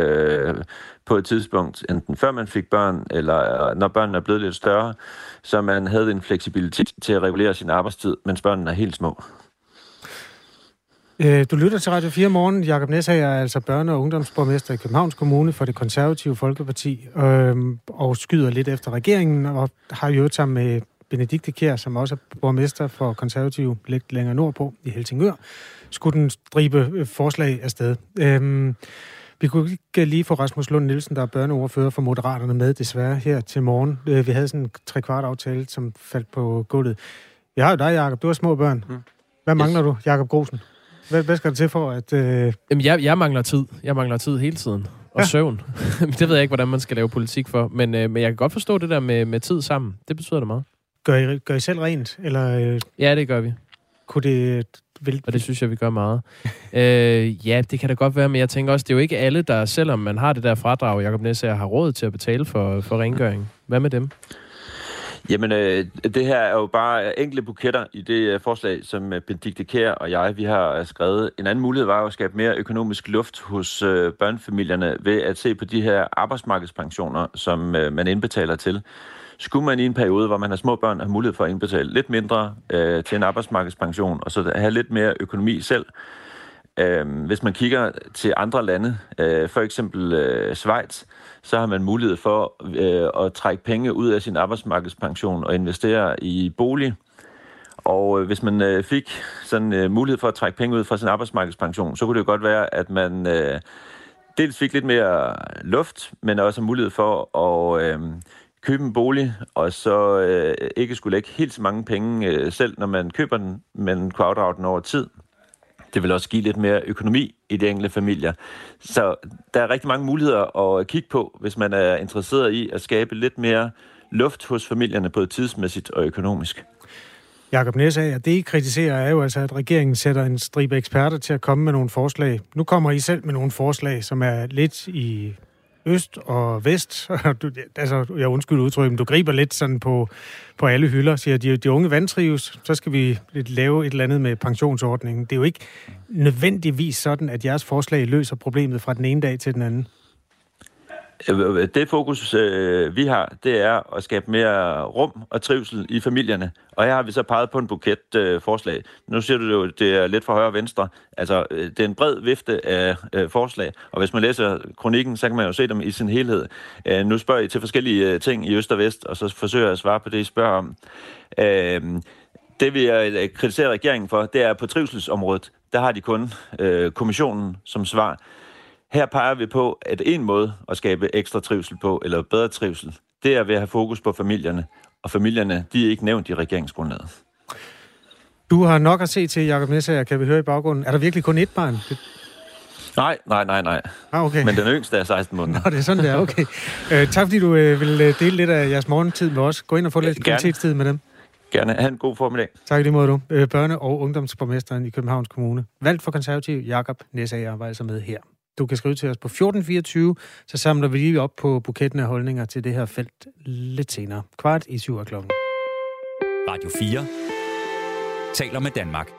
på et tidspunkt, enten før man fik børn, eller når børnene er blevet lidt større, så man havde en fleksibilitet til at regulere sin arbejdstid, mens børnene er helt små. Du lytter til Radio 4 morgen. Jakob Næshager er altså børne- og ungdomsborgmester i Københavns Kommune for Det Konservative Folkeparti, og skyder lidt efter regeringen, og har jo sammen med Benedikte Kjær, som også er borgmester for Konservative lidt længere nordpå i Helsingør, skulle den stribe forslag afsted. Vi kunne ikke lige få Rasmus Lund Nielsen, der er børneordfører for Moderaterne, med desværre her til morgen. Vi havde sådan en 3/4 aftale, som faldt på gulvet. Vi har jo dig, Jakob. Du har små børn. Hvad mangler du, Jakob Grosen? Hvad skal der til for at... Jamen, jeg mangler tid. Jeg mangler tid hele tiden. Og søvn. Det ved jeg ikke, hvordan man skal lave politik for. Men jeg kan godt forstå det der med tid sammen. Det betyder det meget. Gør I selv rent? Eller, Ja, det gør vi. Kunne det... Og det synes jeg, vi gør meget. Ja, det kan da godt være, men jeg tænker også, det er jo ikke alle, der, selvom man har det der fradrag, Jakob Næshager, har råd til at betale for rengøring. Hvad med dem? Jamen, det her er jo bare enkelte buketter i det forslag, som Benedikte Kjær og vi har skrevet. En anden mulighed var jo at skabe mere økonomisk luft hos børnefamilierne ved at se på de her arbejdsmarkedspensioner, som man indbetaler til. Skulle man i en periode, hvor man har små børn, have mulighed for at indbetale lidt mindre til en arbejdsmarkedspension, og så have lidt mere økonomi selv. Hvis man kigger til andre lande, for eksempel Schweiz, så har man mulighed for at trække penge ud af sin arbejdsmarkedspension og investere i bolig. Og hvis man fik sådan mulighed for at trække penge ud fra sin arbejdsmarkedspension, så kunne det jo godt være, at man dels fik lidt mere luft, men også mulighed for at købe en bolig, og så ikke skulle lægge helt så mange penge selv, når man køber den, men kunne afdrage den over tid. Det vil også give lidt mere økonomi i de enkelte familier. Så der er rigtig mange muligheder at kigge på, hvis man er interesseret i at skabe lidt mere luft hos familierne, både tidsmæssigt og økonomisk. Jakob Næshager, det I kritiserer er jo altså, at regeringen sætter en stribe eksperter til at komme med nogle forslag. Nu kommer I selv med nogle forslag, som er lidt i øst og vest. Altså, jeg undskylder udtrykket, men du griber lidt sådan på alle hylder, siger de unge vantrives, så skal vi lave et eller andet med pensionsordningen. Det er jo ikke nødvendigvis sådan, at jeres forslag løser problemet fra den ene dag til den anden. Det fokus, vi har, det er at skabe mere rum og trivsel i familierne. Og her har vi så peget på en buket forslag. Nu siger du jo, det er lidt fra højre og venstre. Altså, det er en bred vifte af forslag. Og hvis man læser kronikken, så kan man jo se dem i sin helhed. Nu spørger I til forskellige ting i øst og vest, og så forsøger jeg at svare på det, I spørger om. Det vil jeg kritisere regeringen for, det er på trivselsområdet. Der har de kun kommissionen som svar. Her peger vi på, at en måde at skabe ekstra trivsel på, eller bedre trivsel, det er ved at have fokus på familierne. Og familierne, de er ikke nævnt i regeringsgrundlaget. Du har nok at se til, Jacob Næsager, kan vi høre i baggrunden. Er der virkelig kun ét barn? Nej. Okay. Men den yngste er 16 måneder. Nå, det er sådan, det er. Okay. Tak fordi du vil dele lidt af jeres morgentid med os. Gå ind og få lidt kvalitetstid med dem. Gerne. Ha' en god formiddag. Tak i lige måde, du. Børne- og ungdomsborgmesteren i Københavns Kommune. Valgt for konservativ, Jacob Næsager, var altså med her. Du kan skrive til os på 1424, så samler vi lige op på buketten af holdninger til det her felt lidt senere. 6:15 er klokken. Radio 4 taler med Danmark.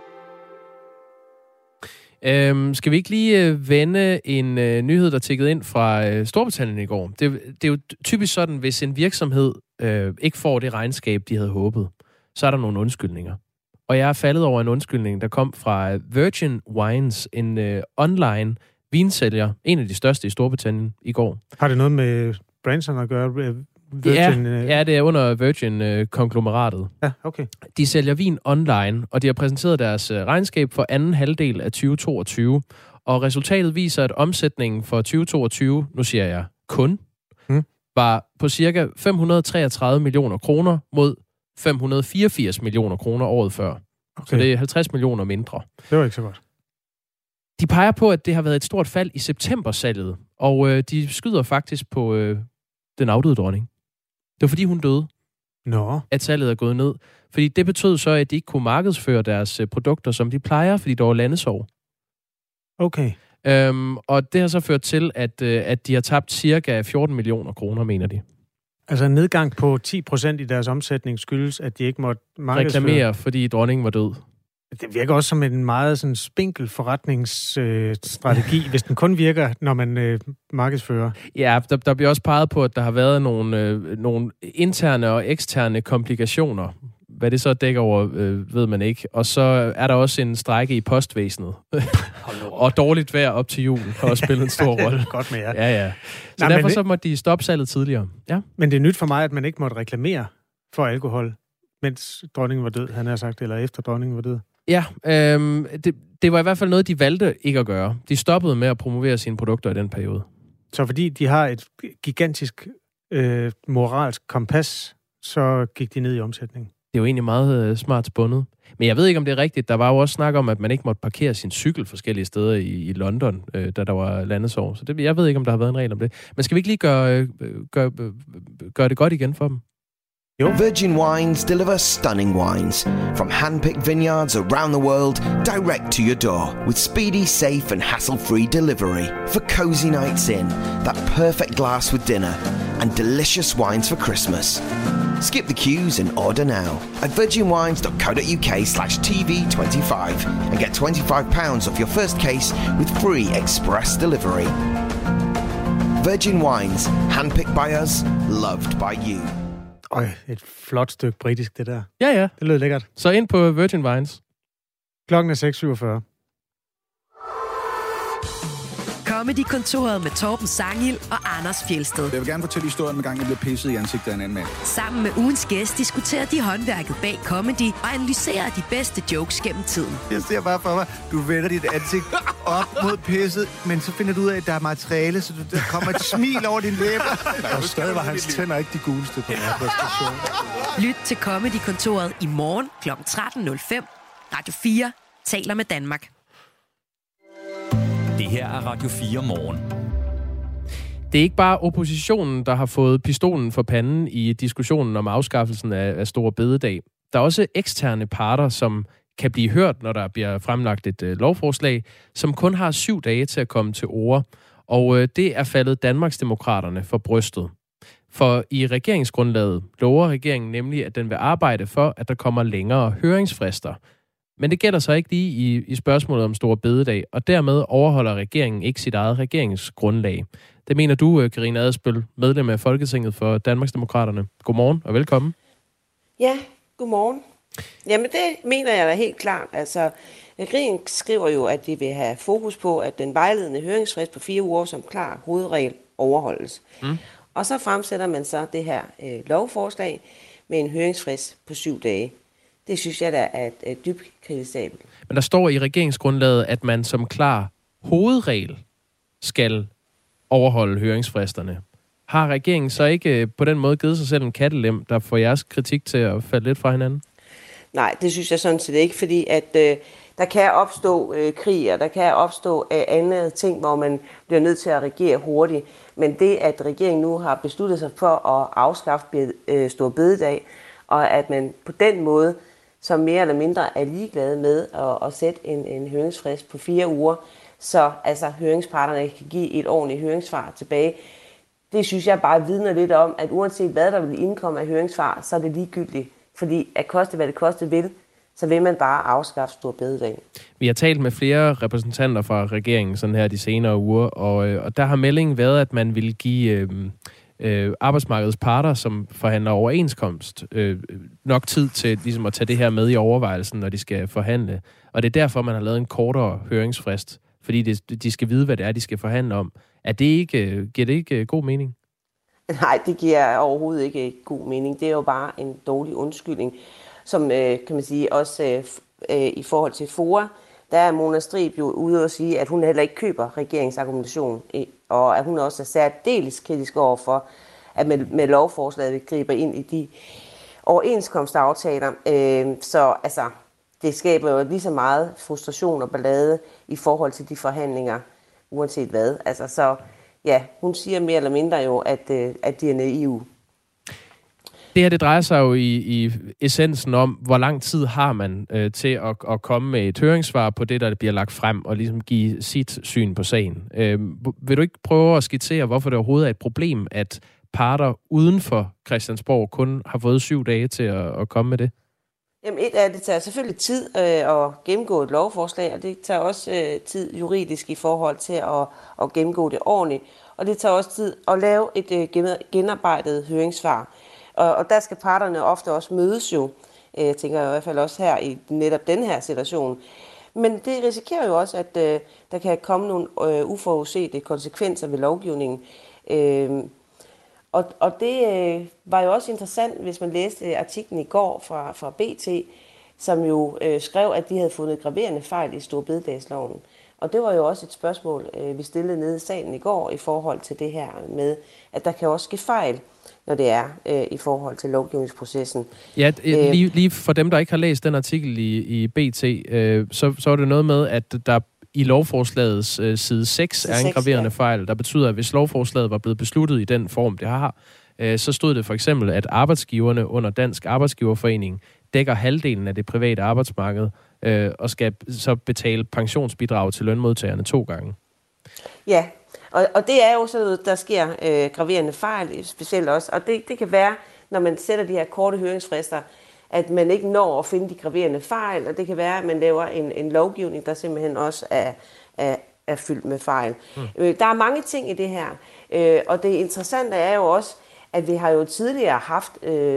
Skal vi ikke lige vende en nyhed, der tikkede ind fra Storbritannien i går? Det er jo typisk sådan, hvis en virksomhed ikke får det regnskab, de havde håbet, så er der nogle undskyldninger. Og jeg er faldet over en undskyldning, der kom fra Virgin Wines, en online vinsælger, en af de største i Storbritannien i går. Har det noget med Branson at gøre? Virgin, ja, det er under Virgin-konglomeratet. Ja, okay. De sælger vin online, og de har præsenteret deres regnskab for anden halvdel af 2022. Og resultatet viser, at omsætningen for 2022, nu siger jeg kun, var på cirka 533 millioner kroner mod 584 millioner kroner året før. Okay. Så det er 50 millioner mindre. Det var ikke så godt. De peger på, at det har været et stort fald i september-salget, og de skyder faktisk på den afdøde dronning. Det var fordi hun døde, at salget er gået ned. Fordi det betød så, at de ikke kunne markedsføre deres produkter, som de plejer, fordi der var landesorg. Okay. Og det har så ført til, at de har tabt cirka 14 millioner kroner, mener de. Altså en nedgang på 10% i deres omsætning skyldes, at de ikke måtte markedsføre. Reklamere, fordi dronningen var død. Det virker også som en meget sådan spinkel forretningsstrategi, hvis den kun virker, når man markedsfører. Ja, der bliver også peget på, at der har været nogle interne og eksterne komplikationer. Hvad det så dækker over, ved man ikke. Og så er der også en strejke i postvæsenet. Og dårligt vejr op til jul har også spillet en stor rolle. Godt med jer. Ja. Så derfor så måtte de stoppe salget tidligere. Ja. Men det er nyt for mig, at man ikke måtte reklamere for alkohol, mens dronningen var død, han har sagt, eller efter dronningen var død. Ja, det var i hvert fald noget, de valgte ikke at gøre. De stoppede med at promovere sine produkter i den periode. Så fordi de har et gigantisk moralsk kompas, så gik de ned i omsætning. Det er jo egentlig meget smart spundet. Men jeg ved ikke, om det er rigtigt. Der var jo også snak om, at man ikke måtte parkere sin cykel forskellige steder i London, da der var landesorg. Så jeg ved ikke, om der har været en regel om det. Men skal vi ikke lige gøre det godt igen for dem? Virgin Wines delivers stunning wines from hand-picked vineyards around the world direct to your door with speedy, safe and hassle-free delivery for cozy nights in, that perfect glass with dinner and delicious wines for Christmas. Skip the queues and order now at virginwines.co.uk/TV25 and get £25 off your first case with free express delivery. Virgin Wines, handpicked by us, loved by you. Et flot stykke britisk, det der. Ja. Det lød lækkert. Så ind på Virgin Wines. Klokken er 6:47. Comedy-kontoret med Torben Sangil og Anders Fjeldsted. Jeg vil gerne fortælle historien med gang, jeg blev pisset i ansigtet af en anden mand. Sammen med ugens gæst diskuterer de håndværket bag comedy og analyserer de bedste jokes gennem tiden. Jeg ser bare for mig, du vender dit ansigt op mod pisset, men så finder du ud af, at der er materiale, så der kommer et smil over din læber. Og stadig var hans tænder ikke de guleste på den her præstation. Lyt til Comedy-kontoret i morgen kl. 13.05. Radio 4 taler med Danmark. Det her er Radio 4 morgen. Det er ikke bare oppositionen, der har fået pistolen for panden i diskussionen om afskaffelsen af Store Bededag. Der er også eksterne parter, som kan blive hørt, når der bliver fremlagt et lovforslag, som kun har 7 dage til at komme til orde. Og det er faldet Danmarksdemokraterne for brystet. For i regeringsgrundlaget lover regeringen nemlig, at den vil arbejde for, at der kommer længere høringsfrister. Men det gælder så ikke lige i spørgsmålet om Store Bededag, og dermed overholder regeringen ikke sit eget regeringsgrundlag. Det mener du, Karina Adsbøl, medlem af Folketinget for Danmarksdemokraterne. Godmorgen og velkommen. Ja, godmorgen. Jamen det mener jeg da helt klart. Altså, regeringen skriver jo, at de vil have fokus på, at den vejledende høringsfrist på 4 uger som klar hovedregel overholdes. Og så fremsætter man så det her lovforslag med en høringsfrist på 7 dage. Det synes jeg da er dybt kritisabelt. Men der står i regeringsgrundlaget, at man som klar hovedregel skal overholde høringsfristerne. Har regeringen så ikke på den måde givet sig selv en kattelem, der får jeres kritik til at falde lidt fra hinanden? Nej, det synes jeg sådan set ikke, fordi at der kan opstå krig, og der kan opstå andre ting, hvor man bliver nødt til at reagere hurtigt. Men det, at regeringen nu har besluttet sig for at afskaffe store bededag, og at man på den måde, som mere eller mindre er ligeglade med at sætte en høringsfrist på 4 uger, så altså høringsparterne kan give et ordentligt høringssvar tilbage. Det synes jeg bare vidner lidt om, at uanset hvad der vil indkomme af høringssvar, så er det ligegyldigt. Fordi at koste hvad det koste vil, så vil man bare afskaffe store bededag. Vi har talt med flere repræsentanter fra regeringen sådan her de senere uger, og der har meldingen været, at man vil give arbejdsmarkedets parter, som forhandler overenskomst, nok tid til ligesom at tage det her med i overvejelsen, når de skal forhandle. Og det er derfor, man har lavet en kortere høringsfrist, fordi de skal vide, hvad det er, de skal forhandle om. Giver det ikke god mening? Nej, det giver overhovedet ikke god mening. Det er jo bare en dårlig undskyldning, som kan man sige også i forhold til FOA, der er Mona Strib jo ude og sige, at hun heller ikke køber regeringsargumentation, og at hun også er særdeles kritisk over for, at med lovforslaget vi griber ind i de overenskomstaftaler. Så altså, det skaber jo lige så meget frustration og ballade i forhold til de forhandlinger, uanset hvad. Altså, så ja, hun siger mere eller mindre jo, at de er naive. Det her, det drejer sig jo i essensen om, hvor lang tid har man til at komme med et høringssvar på det, der bliver lagt frem, og ligesom give sit syn på sagen. Vil du ikke prøve at skitsere, hvorfor det overhovedet er et problem, at parter uden for Christiansborg kun har fået 7 dage til at komme med det? Jamen det tager selvfølgelig tid at gennemgå et lovforslag, og det tager også tid juridisk i forhold til at gennemgå det ordentligt. Og det tager også tid at lave et genarbejdet høringssvar. Og der skal parterne ofte også mødes jo, tænker jeg i hvert fald også her i netop den her situation. Men det risikerer jo også, at der kan komme nogle uforudsete konsekvenser ved lovgivningen. Og det var jo også interessant, hvis man læste artiklen i går fra BT, som jo skrev, at de havde fundet graverende fejl i store bededagsloven. Og det var jo også et spørgsmål, vi stillede nede i salen i går i forhold til det her med, at der kan også ske fejl, når det er i forhold til lovgivningsprocessen. Ja, lige for dem, der ikke har læst den artikel i BT, så er det noget med, at der i lovforslagets side 6 er en graverende fejl, der betyder, at hvis lovforslaget var blevet besluttet i den form, det har, så stod det for eksempel, at arbejdsgiverne under Dansk Arbejdsgiverforening dækker halvdelen af det private arbejdsmarked, og skal så betale pensionsbidrag til lønmodtagerne 2 gange. Ja, og det er jo sådan noget, der sker graverende fejl, specielt også. Og det kan være, når man sætter de her korte høringsfrister, at man ikke når at finde de graverende fejl, og det kan være, at man laver en lovgivning, der simpelthen også er fyldt med fejl. Der er mange ting i det her, og det interessante er jo også, at vi har jo tidligere haft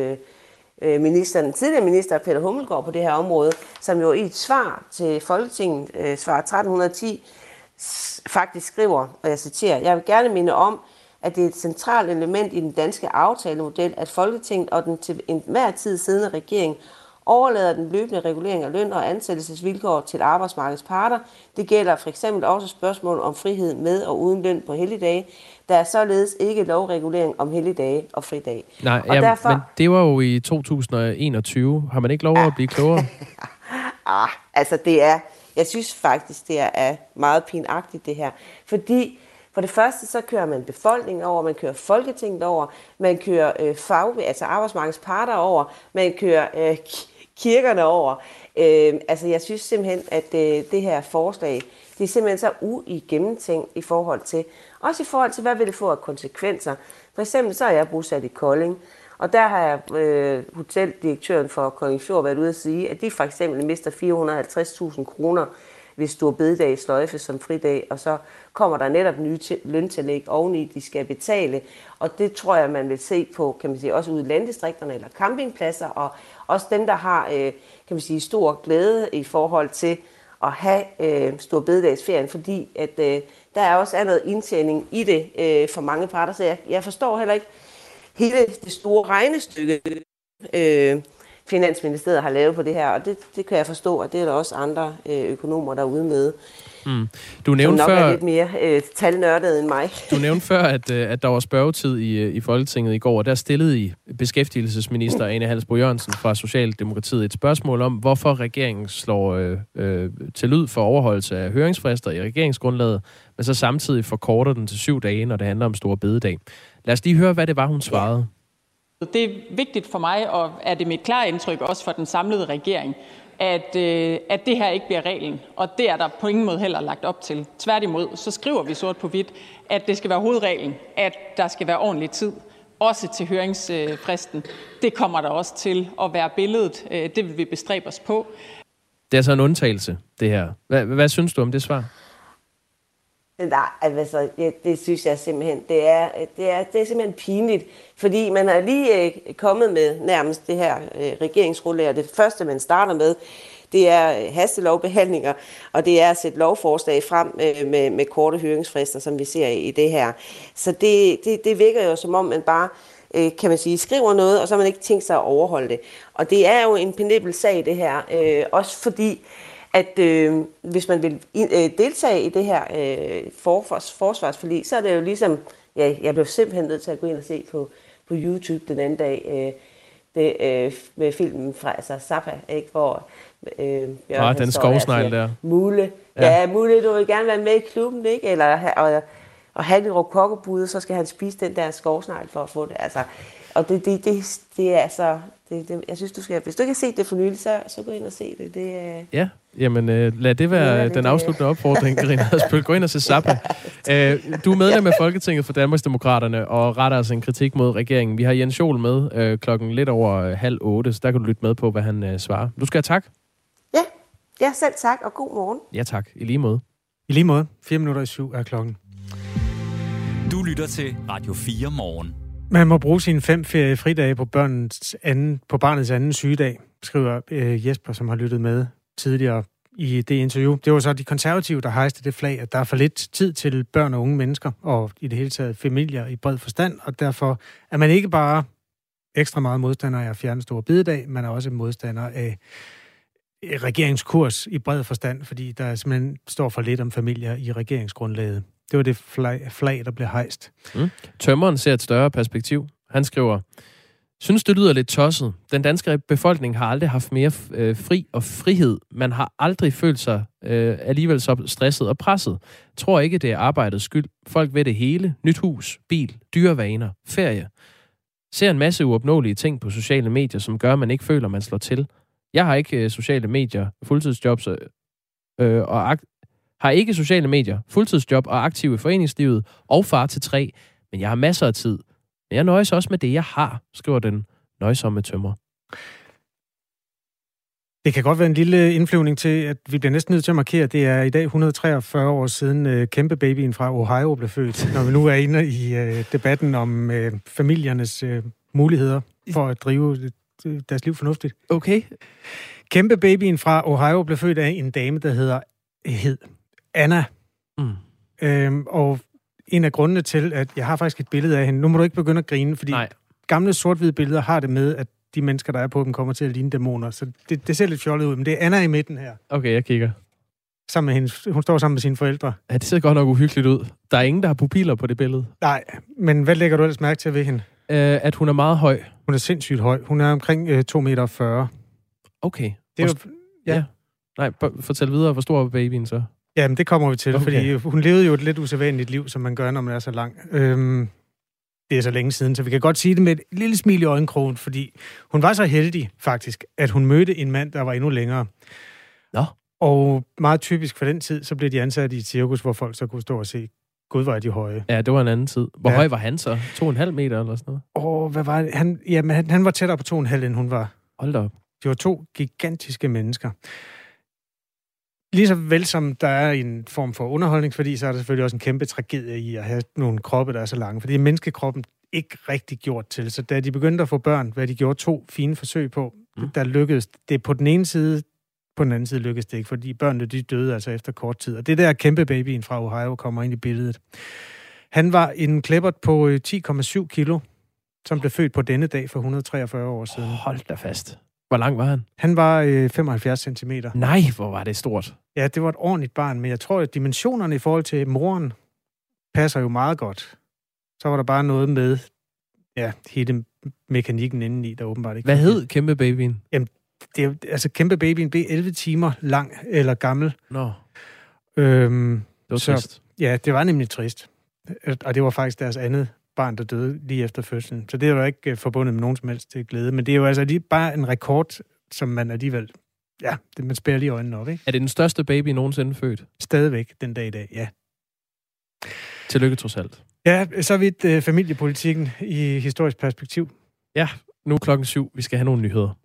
tidligere minister Peter Hummelgaard på det her område, som jo i et svar til Folketinget, svar 1310, faktisk skriver, og jeg citerer, jeg vil gerne minde om, at det er et centralt element i den danske aftalemodel, at Folketinget og den til enhver tid siddende regering overlader den løbende regulering af løn og ansættelsesvilkår til arbejdsmarkedets parter. Det gælder for eksempel også spørgsmål om frihed med og uden løn på helligdage. Der er således ikke lovregulering om helligdage og fridag. Nej, og derfor... men det var jo i 2021. Har man ikke lov at blive klogere? Altså jeg synes faktisk, det er meget pinagtigt det her. Fordi for det første, så kører man befolkningen over, man kører Folketinget over, man kører altså arbejdsmarkedets parter over, man kører kirkerne over. Altså jeg synes simpelthen, at det her forslag, det er simpelthen så uigennemtænkt i forhold til, hvad vil det få af konsekvenser. For eksempel så er jeg bosat i Kolding, og der har hoteldirektøren for Kolding Fjord været ude at sige, at de for eksempel mister 450.000 kroner, hvis store bededag sløjfe som fridag, og så kommer der netop nye løntillæg oveni, de skal betale. Og det tror jeg, man vil se på, kan man sige, også ude i landdistrikterne eller campingpladser, og også dem, der har, kan man sige, stor glæde i forhold til at have store bededagsferien, fordi at der er også noget indtjening i det for mange parter. Så jeg forstår heller ikke hele det store regnestykke, Finansministeriet har lavet på det her, og det kan jeg forstå, at det er der også andre økonomer derude med. Du nævnte som nok før, er lidt mere talnørdet end mig. Du nævnte før, at der var spørgetid i Folketinget i går, og der stillede I beskæftigelsesminister Ane Halsboe-Jørgensen fra Socialdemokratiet et spørgsmål om, hvorfor regeringen slår til lyd for overholdelse af høringsfrister i regeringsgrundlaget, men så samtidig forkorter den til 7 dage, når det handler om store bededag. Lad os lige høre, hvad det var, hun svarede. Det er vigtigt for mig, og er det mit klare indtryk også for den samlede regering, at det her ikke bliver reglen, og det er der på ingen måde heller lagt op til. Tværtimod, så skriver vi sort på hvidt, at det skal være hovedreglen, at der skal være ordentlig tid, også til høringsfristen. Det kommer der også til at være billedet. Det vil vi bestræbe os på. Det er så en undtagelse, det her. Hvad synes du om det svar? Nej, altså, det synes jeg simpelthen, det er simpelthen pinligt, fordi man er lige kommet med nærmest det her regeringsgrundlag, og det første, man starter med, det er hastelovbehandlinger, og det er at sætte lovforslag frem med korte høringsfrister, som vi ser i det her. Så det virker jo som om, man bare, kan man sige, skriver noget, og så har man ikke tænkt sig at overholde det. Og det er jo en penibel sag, det her, også fordi at hvis man vil deltage i det her forsvarsforlig, så er det jo ligesom, jeg blev simpelthen nødt til at gå ind og se på YouTube den anden dag, med filmen fra Zappa, ikke, hvor den skovsnegl der. Mule, Mule, du vil gerne være med i klubben, ikke? Eller og have lidt rokokkebude, så skal han spise den der skovsnegl for at få det. Altså, og det er altså, jeg synes, hvis du ikke har set det for nylig, så gå ind og se det. Ja, jamen lad det være den afsluttende opfordring, Karina Adsbøl. Gå ind og se Zappa. Du er medlem af Folketinget for Danmarksdemokraterne og retter altså en kritik mod regeringen. Vi har Jens Joel med klokken lidt over 7:30, så der kan du lytte med på, hvad han svarer. Du skal have tak. Ja, selv tak, og god morgen. Ja tak, i lige måde. I lige måde. 7:04 er klokken. Du lytter til Radio 4 morgen. Man må bruge sine 5 feriefridage på barnets anden sygedag, skriver Jesper, som har lyttet med tidligere i det interview. Det var så de konservative, der hejste det flag, at der er for lidt tid til børn og unge mennesker, og i det hele taget familier i bred forstand, og derfor er man ikke bare ekstra meget modstander af at fjerne store bededag, man er også modstander af regeringskurs i bred forstand, fordi der simpelthen står for lidt om familier i regeringsgrundlaget. Det var det flag, der blev hejst. Tømmeren ser et større perspektiv. Han skriver, synes det lyder lidt tosset. Den danske befolkning har aldrig haft mere fri og frihed. Man har aldrig følt sig alligevel så stresset og presset. Tror ikke, det er arbejdets skyld. Folk ved det hele. Nyt hus, bil, dyrevaner, ferie. Ser en masse uopnåelige ting på sociale medier, som gør, at man ikke føler, man slår til. Jeg har ikke sociale medier, fuldtidsjobs har ikke sociale medier, fuldtidsjob og aktiv i foreningslivet og far til 3, men jeg har masser af tid. Men jeg nøjes også med det, jeg har, skriver den nøjsomme tømrer. Det kan godt være en lille indflyvning til, at vi bliver næsten nødt til at markere, det er i dag 143 år siden kæmpebabyen fra Ohio blev født, når vi nu er inde i debatten om familiernes muligheder for at drive deres liv fornuftigt. Okay. Kæmpebabyen fra Ohio blev født af en dame, der hed Anna. Og en af grundene til, at jeg har faktisk et billede af hende. Nu må du ikke begynde at grine, fordi gamle sort-hvide billeder har det med, at de mennesker, der er på dem, kommer til at ligne dæmoner. Så det ser lidt fjollet ud, men det er Anna i midten her. Okay, jeg kigger. Sammen med hende. Hun står sammen med sine forældre. Ja, det ser godt nok uhyggeligt ud. Der er ingen, der har pupiller på det billede. Nej, men hvad lægger du ellers mærke til ved hende? At hun er meget høj. Hun er sindssygt høj. Hun er omkring 2,40 meter. Okay. Det er jo, ja. Nej, fortæl videre, hvor stor er babyen så? Jamen, det kommer vi til, fordi hun levede jo et lidt usædvanligt liv, som man gør, når man er så lang. Det er så længe siden, så vi kan godt sige det med et lille smil i øjenkrogen, fordi hun var så heldig, faktisk, at hun mødte en mand, der var endnu længere. Nå. Og meget typisk for den tid, så blev de ansat i et cirkus, hvor folk så kunne stå og se, gud, var de høje. Ja, det var en anden tid. Hvor høj var han så? 2,5 meter eller sådan noget? Hvad var det? Han var tættere på 2,5, end hun var. Hold da op. De var 2 gigantiske mennesker. Lige så vel som der er en form for underholdning, fordi så er der selvfølgelig også en kæmpe tragedie i at have nogle kroppe, der er så lange. Fordi menneskekroppen ikke rigtig gjort til. Så da de begyndte at få børn, hvad de gjorde 2 fine forsøg på, der lykkedes det på den ene side, på den anden side lykkedes det ikke, fordi børnene de døde altså efter kort tid. Og det der kæmpe babyen fra Ohio kommer ind i billedet. Han var en kleppert på 10,7 kilo, som blev født på denne dag for 143 år siden. Hold da fast. Hvor lang var han? Han var 75 centimeter. Nej, hvor var det stort. Ja, det var et ordentligt barn, men jeg tror, at dimensionerne i forhold til moren passer jo meget godt. Så var der bare noget med hele mekanikken indeni, der åbenbart ikke... Hvad hed kæmpe babyen? Jamen, kæmpe babyen blev 11 timer lang eller gammel. Nå. Det var trist. Ja, det var nemlig trist. Og det var faktisk deres andet barn, der døde lige efter fødslen. Så det er jo ikke forbundet med nogen som helst til glæde. Men det er jo altså lige bare en rekord, som man alligevel... Ja, man spærer lige øjnene op, ikke? Er det den største baby nogensinde født? Stadigvæk den dag i dag, ja. Tillykke trods alt. Ja, så vidt familiepolitikken i historisk perspektiv. Ja, nu 7:00. Vi skal have nogle nyheder.